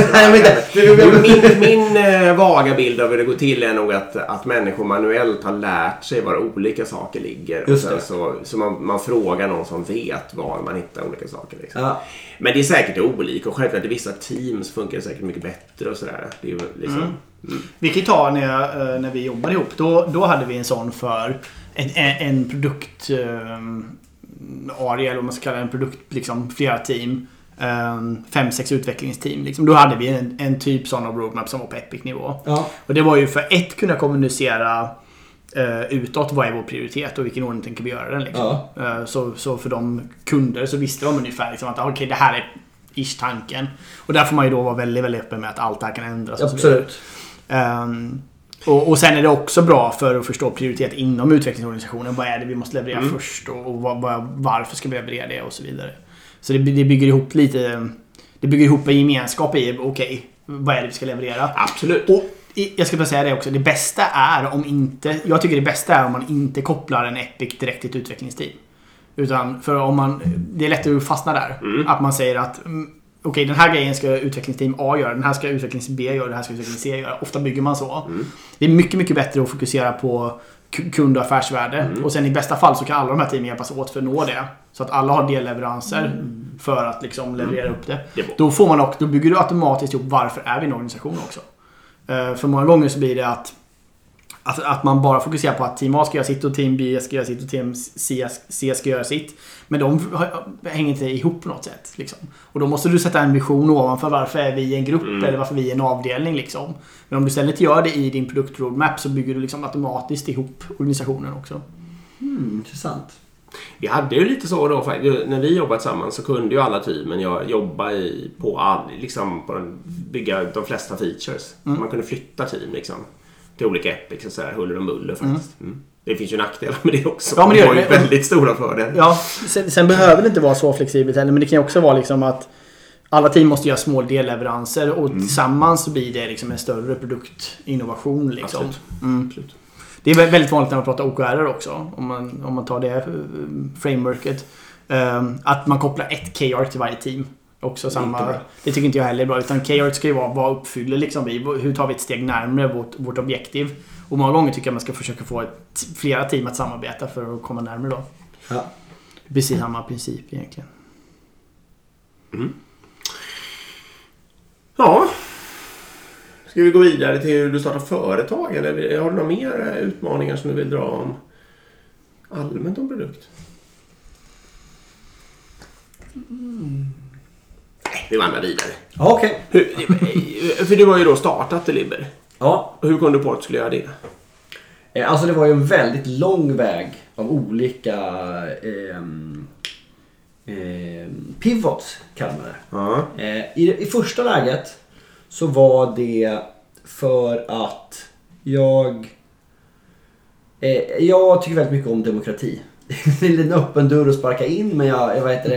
sig. Min vaga bild av hur det går till är nog att människor manuellt har lärt sig var olika saker ligger. Och sen så man frågar någon som vet var man hittar olika saker. Liksom. Ja. Men det är säkert olika och självklart i vissa teams funkar det säkert mycket bättre och sådär. Det är ju liksom...
Vi kan ta när vi jobbade ihop. Då hade vi en sån för en produkt area, eller vad man ska kalla en produkt, liksom flera team, 5-6 utvecklingsteam liksom. Då hade vi en typ sån av roadmap som var på Epic-nivå. Ja. Och det var ju för att kunna kommunicera utåt vad är vår prioritet och vilken ordning tänker vi göra den liksom. Ja. Så för de kunder så visste de ungefär liksom, att okej, det här är tanken. Och där får man ju då vara väldigt, väldigt öppen med att allt det här kan ändras.
Absolut.
Och sen är det också bra för att förstå prioritet inom utvecklingsorganisationen. Vad är det vi måste leverera först och varför ska vi leverera det och så vidare. Så det bygger ihop lite. Det bygger ihop en gemenskap i vad är det vi ska leverera.
Absolut.
Och jag ska bara säga det också. Det bästa är jag tycker det bästa är om man inte kopplar en Epic direkt till ett utvecklingsteam. Utan för det är lättare att fastna där. Att man säger att okej, den här grejen ska utvecklingsteam A göra, den här ska utvecklings B göra, den här ska utvecklings C göra. Ofta bygger man så. Det är mycket, mycket bättre att fokusera på kund- och affärsvärde. Och sen i bästa fall så kan alla de här teamen hjälpas åt för att nå det. Så att alla har delleveranser för att liksom leverera upp det. Då bygger du automatiskt ihop varför är vi en organisation också. För många gånger så blir det att man bara fokuserar på att team A ska göra sitt och team B ska göra sitt och team C ska göra sitt. Men de hänger inte ihop på något sätt. Liksom. Och då måste du sätta en vision ovanför varför är vi en grupp eller varför vi är en avdelning. Liksom. Men om du istället gör det i din produktroadmap så bygger du liksom automatiskt ihop organisationen också.
Intressant.
Vi hade ju lite så då, när vi jobbade tillsammans så kunde ju alla teamen jobba bygga de flesta features. Man kunde flytta team liksom, till olika epics och så här, huller och muller faktiskt. Det finns ju nackdelar med det också. Ja, men det var ju väldigt stora fördelar.
Ja, sen behöver det inte vara så flexibelt heller, men det kan ju också vara liksom att alla team måste göra små delleveranser och tillsammans så blir det liksom en större produktinnovation liksom. Absolut. Det är väldigt vanligt när man pratar OKR också, om man tar det frameworket, att man kopplar ett KR till varje team. Också samma, det tycker inte jag heller är bra, utan KR ska ju vara vad uppfyller liksom hur tar vi ett steg närmare vårt objektiv. Och många gånger tycker jag man ska försöka få flera team att samarbeta för att komma närmare då. Ja. Precis samma princip egentligen.
Ja. Ska vi gå vidare till hur du startar företag? Eller har du några mer utmaningar som du vill dra om allmänt om produkt? Vi vandrar vidare.
Okej.
För du har ju då startat Deliber.
Ja.
Hur kom du på att du skulle göra det?
Alltså det var ju en väldigt lång väg av olika pivots kallar man det. I första läget så var det för att jag tycker väldigt mycket om demokrati. Det är en öppen dörr att sparka in, men jag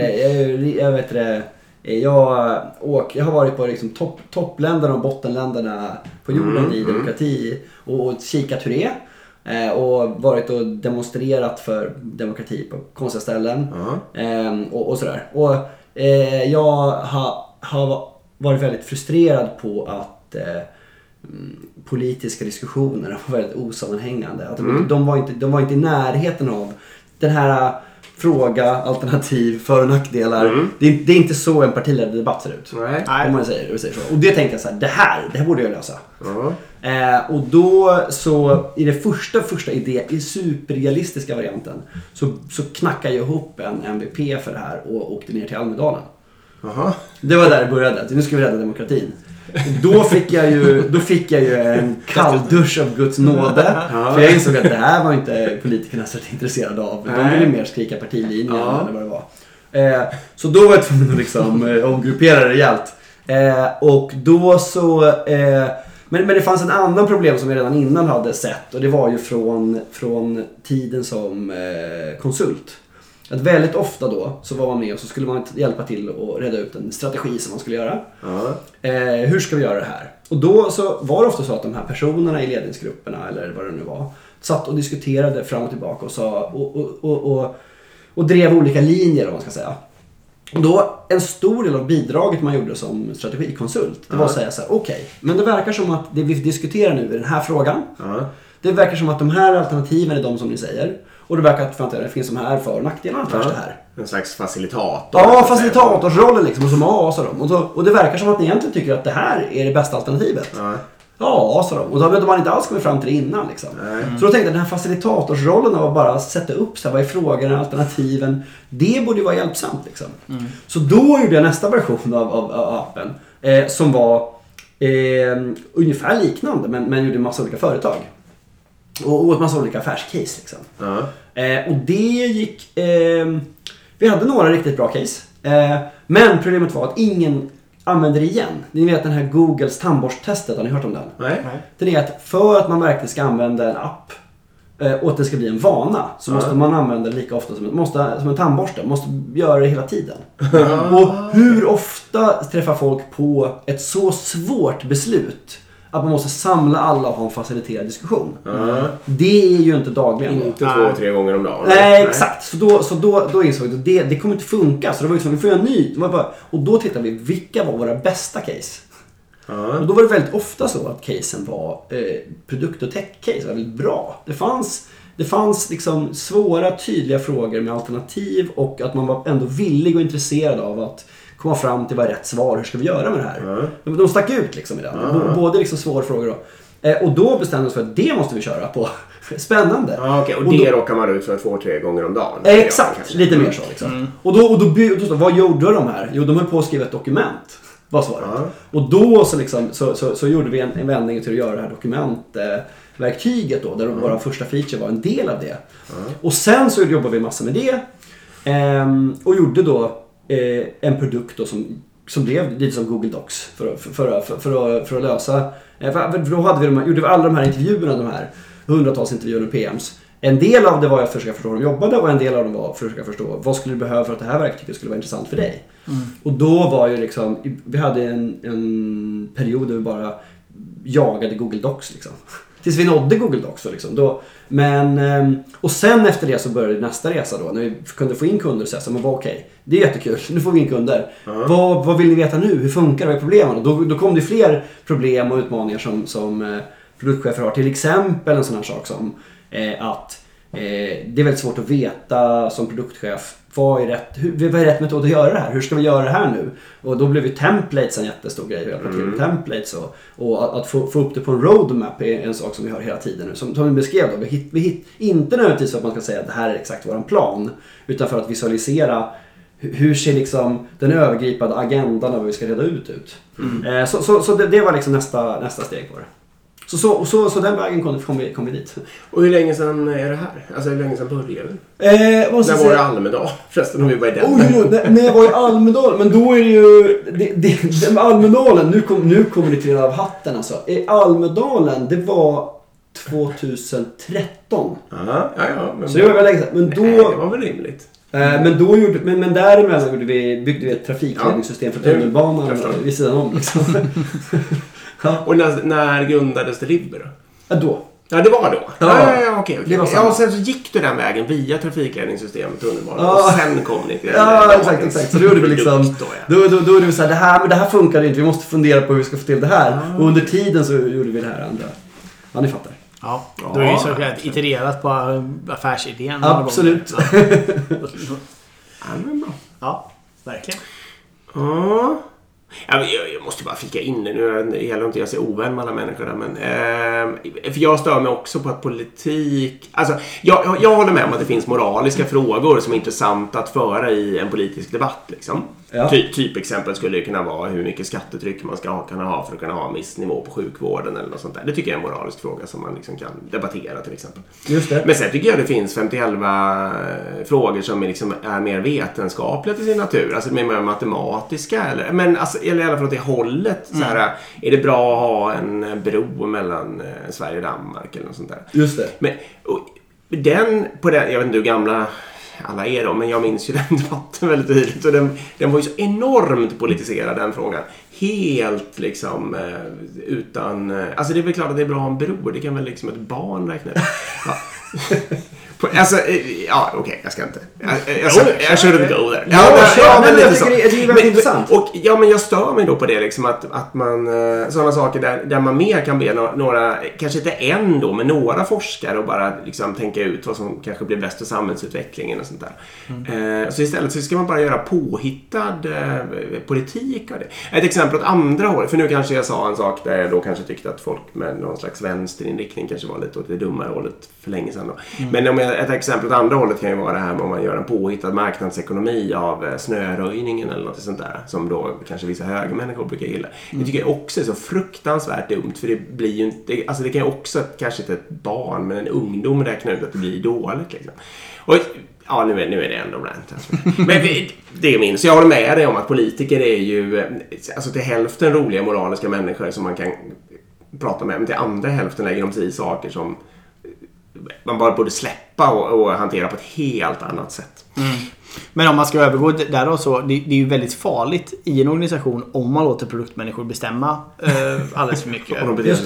har varit på liksom toppländerna och bottenländerna på jorden i demokrati och kikat hur det är. Och varit och demonstrerat för demokrati på konstiga ställen och sådär. Och jag har varit väldigt frustrerad på att politiska diskussioner var väldigt osammanhängande. Att de var inte i närheten av den här fråga, alternativ, för- och nackdelar. Det är inte så en partiledardebatt ser ut.
Nej.
Om man säger så. Och det tänker jag så här, det här borde jag lösa. Och då så i det första idé, i superrealistiska varianten, så knackade jag ihop en MVP för det här och åkte ner till Almedalen. Det var där det började. Nu ska vi rädda demokratin. Då fick jag ju en kalldusch av Guds nåde. För jag insåg att det här var inte politikerna så intresserade av. De ville mer skrika partilinjen eller vad det var. Så då var jag tvungen att liksom omgruppera det rejält. Och då så... Men det fanns en annan problem som jag redan innan hade sett. Och det var ju från tiden som konsult. Att väldigt ofta då så var man med och så skulle man hjälpa till att reda ut en strategi som man skulle göra. Hur ska vi göra det här? Och då så var det ofta så att de här personerna i ledningsgrupperna eller vad det nu var satt och diskuterade fram och tillbaka och sa och drev olika linjer, om man ska säga. Och då en stor del av bidraget man gjorde som strategikonsult, det var att säga så här: okej, men det verkar som att det vi diskuterar nu i den här frågan, det verkar som att de här alternativen är de som ni säger. Och det verkar att det finns de här för- och nackdelarna för det här.
En slags facilitator.
Ja, facilitatorsrollen liksom. Och så sa de. Och det verkar som att ni egentligen tycker att det här är det bästa alternativet. Ja, sa de. Och då hade man inte alls kommit fram till det innan liksom. Så då tänkte jag att den här facilitatorsrollen av att bara sätta upp så här, vad är frågorna, alternativen, det borde ju vara hjälpsamt liksom. Så då gjorde jag nästa version av appen som var ungefär liknande men gjorde en massa olika företag. Och en massa olika affärscase liksom. Och det gick... vi hade några riktigt bra case. Men problemet var att ingen använder det igen. Ni vet den här Googles tandborsttestet, har ni hört om den?
Nej.
Det är att för att man verkligen ska använda en app och att det ska bli en vana, så måste man använda det lika ofta som en tandborste. Man måste göra det hela tiden. Och hur ofta träffar folk på ett så svårt beslut att man måste samla alla och ha en faciliterad diskussion. Det är ju inte dagligen.
Inte 2-3 gånger om dagen.
Nej, exakt. Så då insåg jag att det kommer inte funka. Så då var vi får göra en ny. Och då tittade vi, vilka var våra bästa case? Och då var det väldigt ofta så att casen var produkt- och tech-case var väldigt bra. Det fanns liksom svåra, tydliga frågor med alternativ och att man var ändå villig och intresserad av att komma fram till vad är rätt svar, hur ska vi göra med det här? De stack ut liksom i den. Både liksom svåra frågor då. Och då bestämde vi oss för att det måste vi köra på. Spännande.
Okay. Och det råkar man ut för 2-3 gånger om dagen.
Exakt, lite mer så liksom. Och då vad gjorde de här? Jo, de höll på att skriva ett dokument. Vad svaret? Och då så, liksom, så gjorde vi en vändning till att göra det här dokumentverktyget då, där våra första feature var en del av det. Och sen så jobbade vi massa med det och gjorde då en produkt då som blev lite som Google Docs för att lösa. För då gjorde vi alla de här intervjuerna, de här hundratals intervjuer med PMs. En del av det var att försöka förstå hur de jobbade och en del av det var att försöka förstå vad skulle du behöva för att det här verktyget skulle vara intressant för dig. Och då var ju liksom, vi hade en period där vi bara jagade Google Docs liksom. Tills vi nådde Google Docs liksom. Då, och sen efter det så började nästa resa då, när vi kunde få in kunder och säga men vad okej, det är jättekul, nu får vi in kunder. Vad vill ni veta nu? Hur funkar det? Vad är problemen? Och då kom det fler problem och utmaningar som produktchefer har. Till exempel en sån här sak som att det är väldigt svårt att veta som produktchef vad är rätt metod att göra det här? Hur ska vi göra det här nu? Och då blev ju templates en jättestor grej. Templates och att få upp det på en roadmap är en sak som vi hör hela tiden nu. Som vi beskrev då. Vi inte nödvändigtvis för att man ska säga att det här är exakt våran plan, utan för att visualisera hur ser liksom den övergripande agendan av vad vi ska reda ut. Så det var liksom nästa steg på det. Så den vägen kom vi dit.
Och hur länge sedan är det här? Alltså hur länge sedan började du? När var det Almedal? Förresten om vi var i den.
När jag var i Almedal. Men då är det ju... Almedalen, nu kommer det till av hatten alltså. Almedalen, det var 2013.
Ja. Men
så det var väl länge sedan. Men då...
Nej, det var väl rimligt.
Men däremellan byggde vi ett trafikledningssystem för tunnelbanan vid sidan om liksom.
Och när grundades det Libber då?
Då.
Ja, det var då. Ja, okej.
Det var samma.
Ja, och sen så gick du den vägen via trafikledningssystemet tunnelbanan och sen kom ni till
exakt. Så då gjorde vi liksom då gjorde vi så här, det här funkar inte, vi måste fundera på hur vi ska få till det här. Och under tiden så gjorde vi det här andra. Ja, ni fattar.
Ja, då är ju såklart itererat på affärsidén.
Absolut.
Ja, men bra.
Ja, verkligen.
Ja. Jag måste bara flika in det. Nu gäller inte jag ser ovän med alla människor där, men för jag stör mig också på att politik... Alltså, jag håller med om att det finns moraliska frågor som är intressanta att föra i en politisk debatt. Liksom. Ja. Typexempel skulle det kunna vara hur mycket skattetryck man ska kunna ha för att kunna ha en viss nivå på sjukvården eller något sånt där. Det tycker jag är en moralisk fråga som man liksom kan debattera till exempel.
Just det.
Men sen tycker jag det finns 51 frågor som liksom är mer vetenskapliga till sin natur. Alltså mer matematiska eller i alla fall åt det hållet. Så här, är det bra att ha en bro mellan Sverige och Danmark eller något sånt där.
Just det.
Men jag vet inte hur gamla alla är då, men jag minns ju den debatten väldigt tydligt. Och den var ju så enormt politiserad, den frågan. Helt liksom utan... Alltså det är väl klart att det är bra att ha en bro. Det kan väl liksom ett barn räkna ut. Ja. Alltså, okej, jag ska inte. Jag shouldn't go there.
Men jag tycker det är väldigt intressant.
Men jag stör mig då på det liksom att man sådana saker där man mer kan be några, kanske inte en då, men några forskare och bara liksom tänka ut vad som kanske blir bäst för samhällsutvecklingen och sånt där. Så istället så ska man bara göra påhittad politik av det. Ett exempel åt andra hållet, för nu kanske jag sa en sak där jag då kanske tyckte att folk med någon slags vänsterinriktning kanske var lite åt det dummare hållet för länge sedan då. Men om ett exempel åt andra hållet kan ju vara det här med om man gör en påhittad marknadsekonomi av snöröjningen eller något sånt där som då kanske vissa högermänniskor brukar gilla. Det tycker jag också är så fruktansvärt dumt, för det blir ju inte, alltså det kan ju också kanske inte ett barn men en ungdom räkna ut att det blir dåligt liksom. Och ja, nu är det ändå rant. Alltså. Men det är min. Så jag håller med dig om att politiker är ju alltså till hälften roliga moraliska människor som man kan prata med, men till andra hälften lägger de sig i saker som man bara borde släppa och hantera på ett helt annat sätt.
Men om man ska övergå där då, så det är ju väldigt farligt i en organisation om man låter produktmänniskor bestämma alldeles för mycket.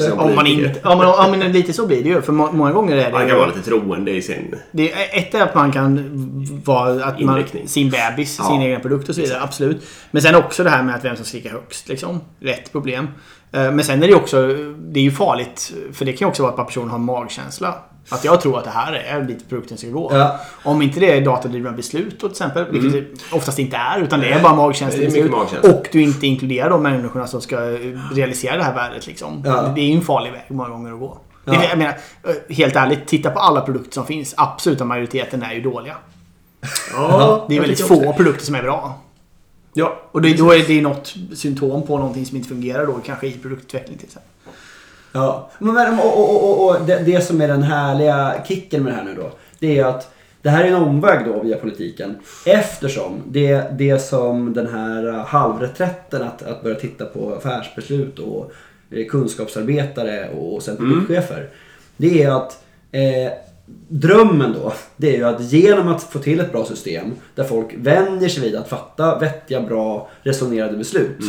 Men lite så blir det ju, för många gånger är det
man kan vara lite troende i sin
det är ett är att man kan vara att man, sin bebis, sin egen produkt och så vidare, absolut. Men sen också det här med att vem som skriker högst liksom, rätt problem. Men sen är det också, det är ju farligt, för det kan ju också vara att personen har magkänsla. Att jag tror att det här är dit produkten ska gå. Ja. Om inte det är datadrivna beslut till exempel, vilket det oftast inte är, utan det är bara magkänsla. Och du inte inkluderar de människorna som ska realisera det här värdet. Liksom. Ja. Det är ju en farlig väg många gånger att gå. Ja. Jag menar, helt ärligt, titta på alla produkter som finns. Absoluta majoriteten är ju dåliga. Ja, det är väldigt få produkter som är bra. Ja. Och då är det något symptom på någonting som inte fungerar då, kanske i produktutveckling till exempel.
Ja, men och det som är den härliga kicken med det här nu då, det är att det här är en omväg då via politiken, eftersom det som den här halvreträtten att börja titta på affärsbeslut och kunskapsarbetare och sen produktchefer, det är att drömmen då, det är ju att genom att få till ett bra system där folk vänjer sig vid att fatta vettiga, bra, resonerade beslut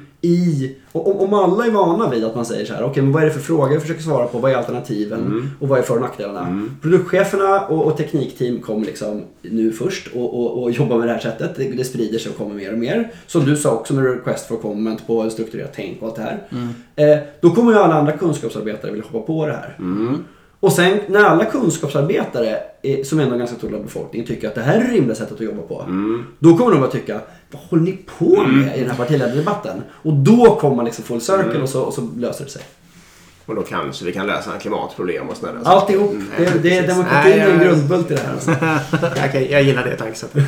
om alla är vana vid att man säger så här, okej, men vad är det för frågor jag försöker svara på, vad är alternativen och vad är för- och nackdelarna. Produktcheferna och teknikteam kommer liksom nu först och jobba med det här sättet, det sprider sig och kommer mer och mer, som du sa också med request for comment på strukturerat tänk och allt det här. Då kommer ju alla andra kunskapsarbetare vilja hoppa på det här. Och sen när alla kunskapsarbetare som ändå är ganska stor av befolkningen tycker att det här är rimliga sättet att jobba på, då kommer de att tycka, vad håller ni på med i den här partiledardebatten? Och då kommer man liksom full circle och så löser det sig.
Och då kanske vi kan lösa en klimatproblem och sådär.
Alltihop. Det är demokratin är en grundbult i det här. Alltså.
Okej, jag gillar det tankesättet.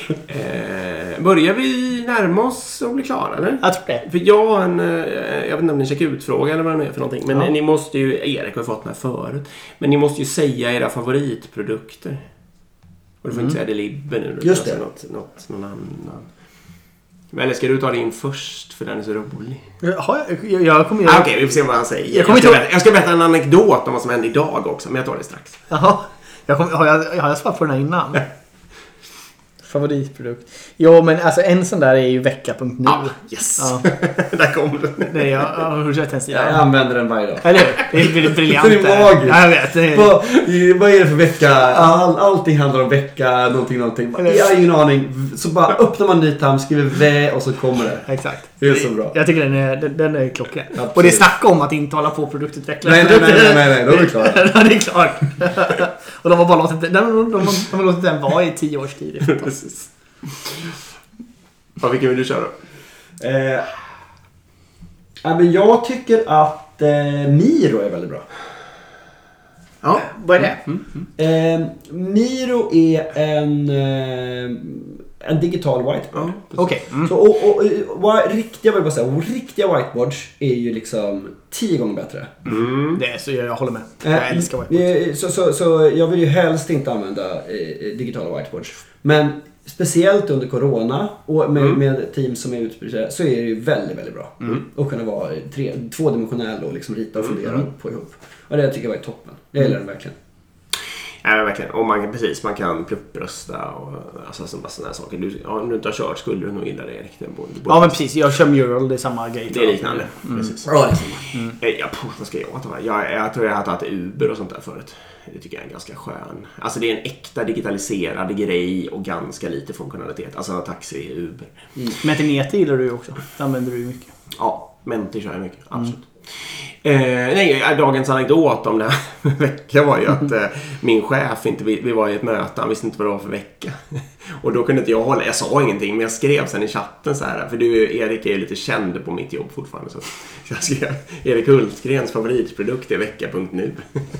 Börjar vi närma oss och bli klara, eller?
Jag tror det.
För jag vet inte om ni checkar ut fråga eller vad det är för någonting. Men ni måste ju, Erik har fått den här förut. Men ni måste ju säga era favoritprodukter. Och du får inte säga det Libbe nu.
Just det.
Någon annan. Eller ska du ta det in först för den är så rolig?
Jag kommer göra...
Okej, vi får se vad han säger. Jag ska berätta en anekdot om vad som hände idag också, men jag tar det strax.
Jaha. Har jag svarat på den här innan? Favoritprodukt. Jo, men alltså en sån där är ju vecka.nu.
Yes.
Ja.
Där kom det.
Det är jag har sett en sida.
Jag använder den varje dag.
Eller hur? Det är briljant.
Det är magiskt.
Ja, jag vet.
Vad är det för vecka? Allting handlar om vecka, någonting. Jag har ingen aning. Så bara öppnar man dit här, skriver V och så kommer det.
Exakt.
Det är så bra.
Jag tycker den är klockren.
Absolut.
Och det är snack om att inte hålla på produktutveckla.
Nej, då är det klart.
Ja, det är klart. Och de har bara låtit de har låtit den vara i 10 års tid.
Precis. Vilken vill du köra?
Men jag tycker att Miro är väldigt bra.
Ja, vad är det?
Miro är en digital whiteboard.
Okej.
Så, och riktiga whiteboards är ju liksom 10 gånger bättre.
Det är så jag håller med. Jag älskar whiteboards.
Så jag vill ju helst inte använda digitala whiteboards. Men speciellt under corona och med team som är utspridda så är det ju väldigt, väldigt bra. Och kunna vara tvådimensionell och liksom rita och fundera på ihop. Och det tycker jag var toppen. Jag gillar den verkligen.
Ja, verkligen. Och man kan plupprösta och alltså sådana här saker. Om du inte har kört skulle du nog gilla det, Erik.
Ja, men precis. Jag kör Mural, det är samma grej.
Det är liknande. Precis.
Ja, det är samma.
Vad ska jag ta? Jag tror jag har tagit Uber och sånt där förut. Det tycker jag är ganska skön. Alltså det är en äkta digitaliserad grej och ganska lite funktionalitet. Alltså taxi, Uber.
Mentimeter gillar du ju också. Det använder du ju mycket.
Ja, Menti kör jag mycket. Absolut. Dagens anekdot om det här veckan var ju att min chef vi var i ett möte, han visste inte vad det var för vecka. Och då kunde inte jag hålla, jag sa ingenting men jag skrev sen i chatten så här, för Erik är ju lite känd på mitt jobb fortfarande, så jag skrev Erik Hultgrens favoritprodukt är vecka.nu.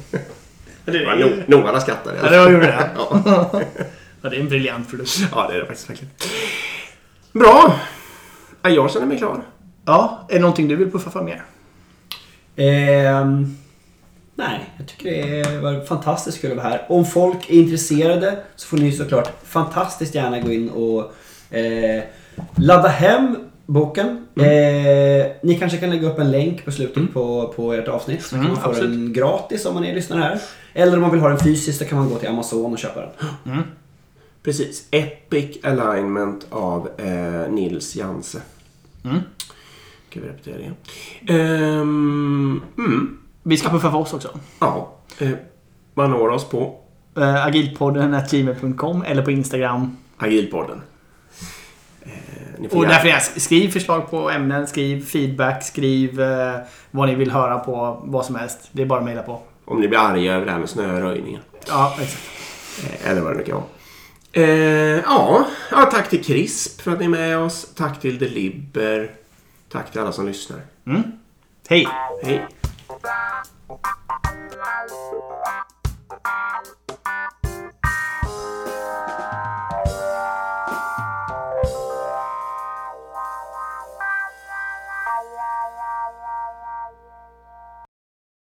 Några skrattade.
Ja, det var ju det.
Ja.
Ja, det är en briljant produkt.
Ja, det är det faktiskt verkligen. Bra. Jag känner mig klar.
Ja, är det någonting du vill puffa för mer?
Nej, jag tycker det var fantastiskt kul att vara här. Om folk är intresserade så får ni såklart fantastiskt gärna gå in och ladda hem boken. Ni kanske kan lägga upp en länk på slutet på ert avsnitt så kan man få den gratis om man är lyssnare här. Eller om man vill ha den fysiskt så kan man gå till Amazon och köpa den.
Precis. Epic Alignment av Nils Janse. Kan vi repetera det?
Vi ska puffa för oss också.
Ja. Man når oss på
agilpodden@gmail.com eller på Instagram.
Agilpodden.
Och därför skriv förslag på ämnen, skriv feedback, skriv vad ni vill höra på, vad som helst. Det är bara att mejla på.
Om ni blir arga över det här med snöröjningen.
Ja, exakt.
Eller vad det nu kan vara. Ja, tack till CRISP för att ni är med oss. Tack till Delibber. Tack till alla som lyssnar.
Hej!
Hej!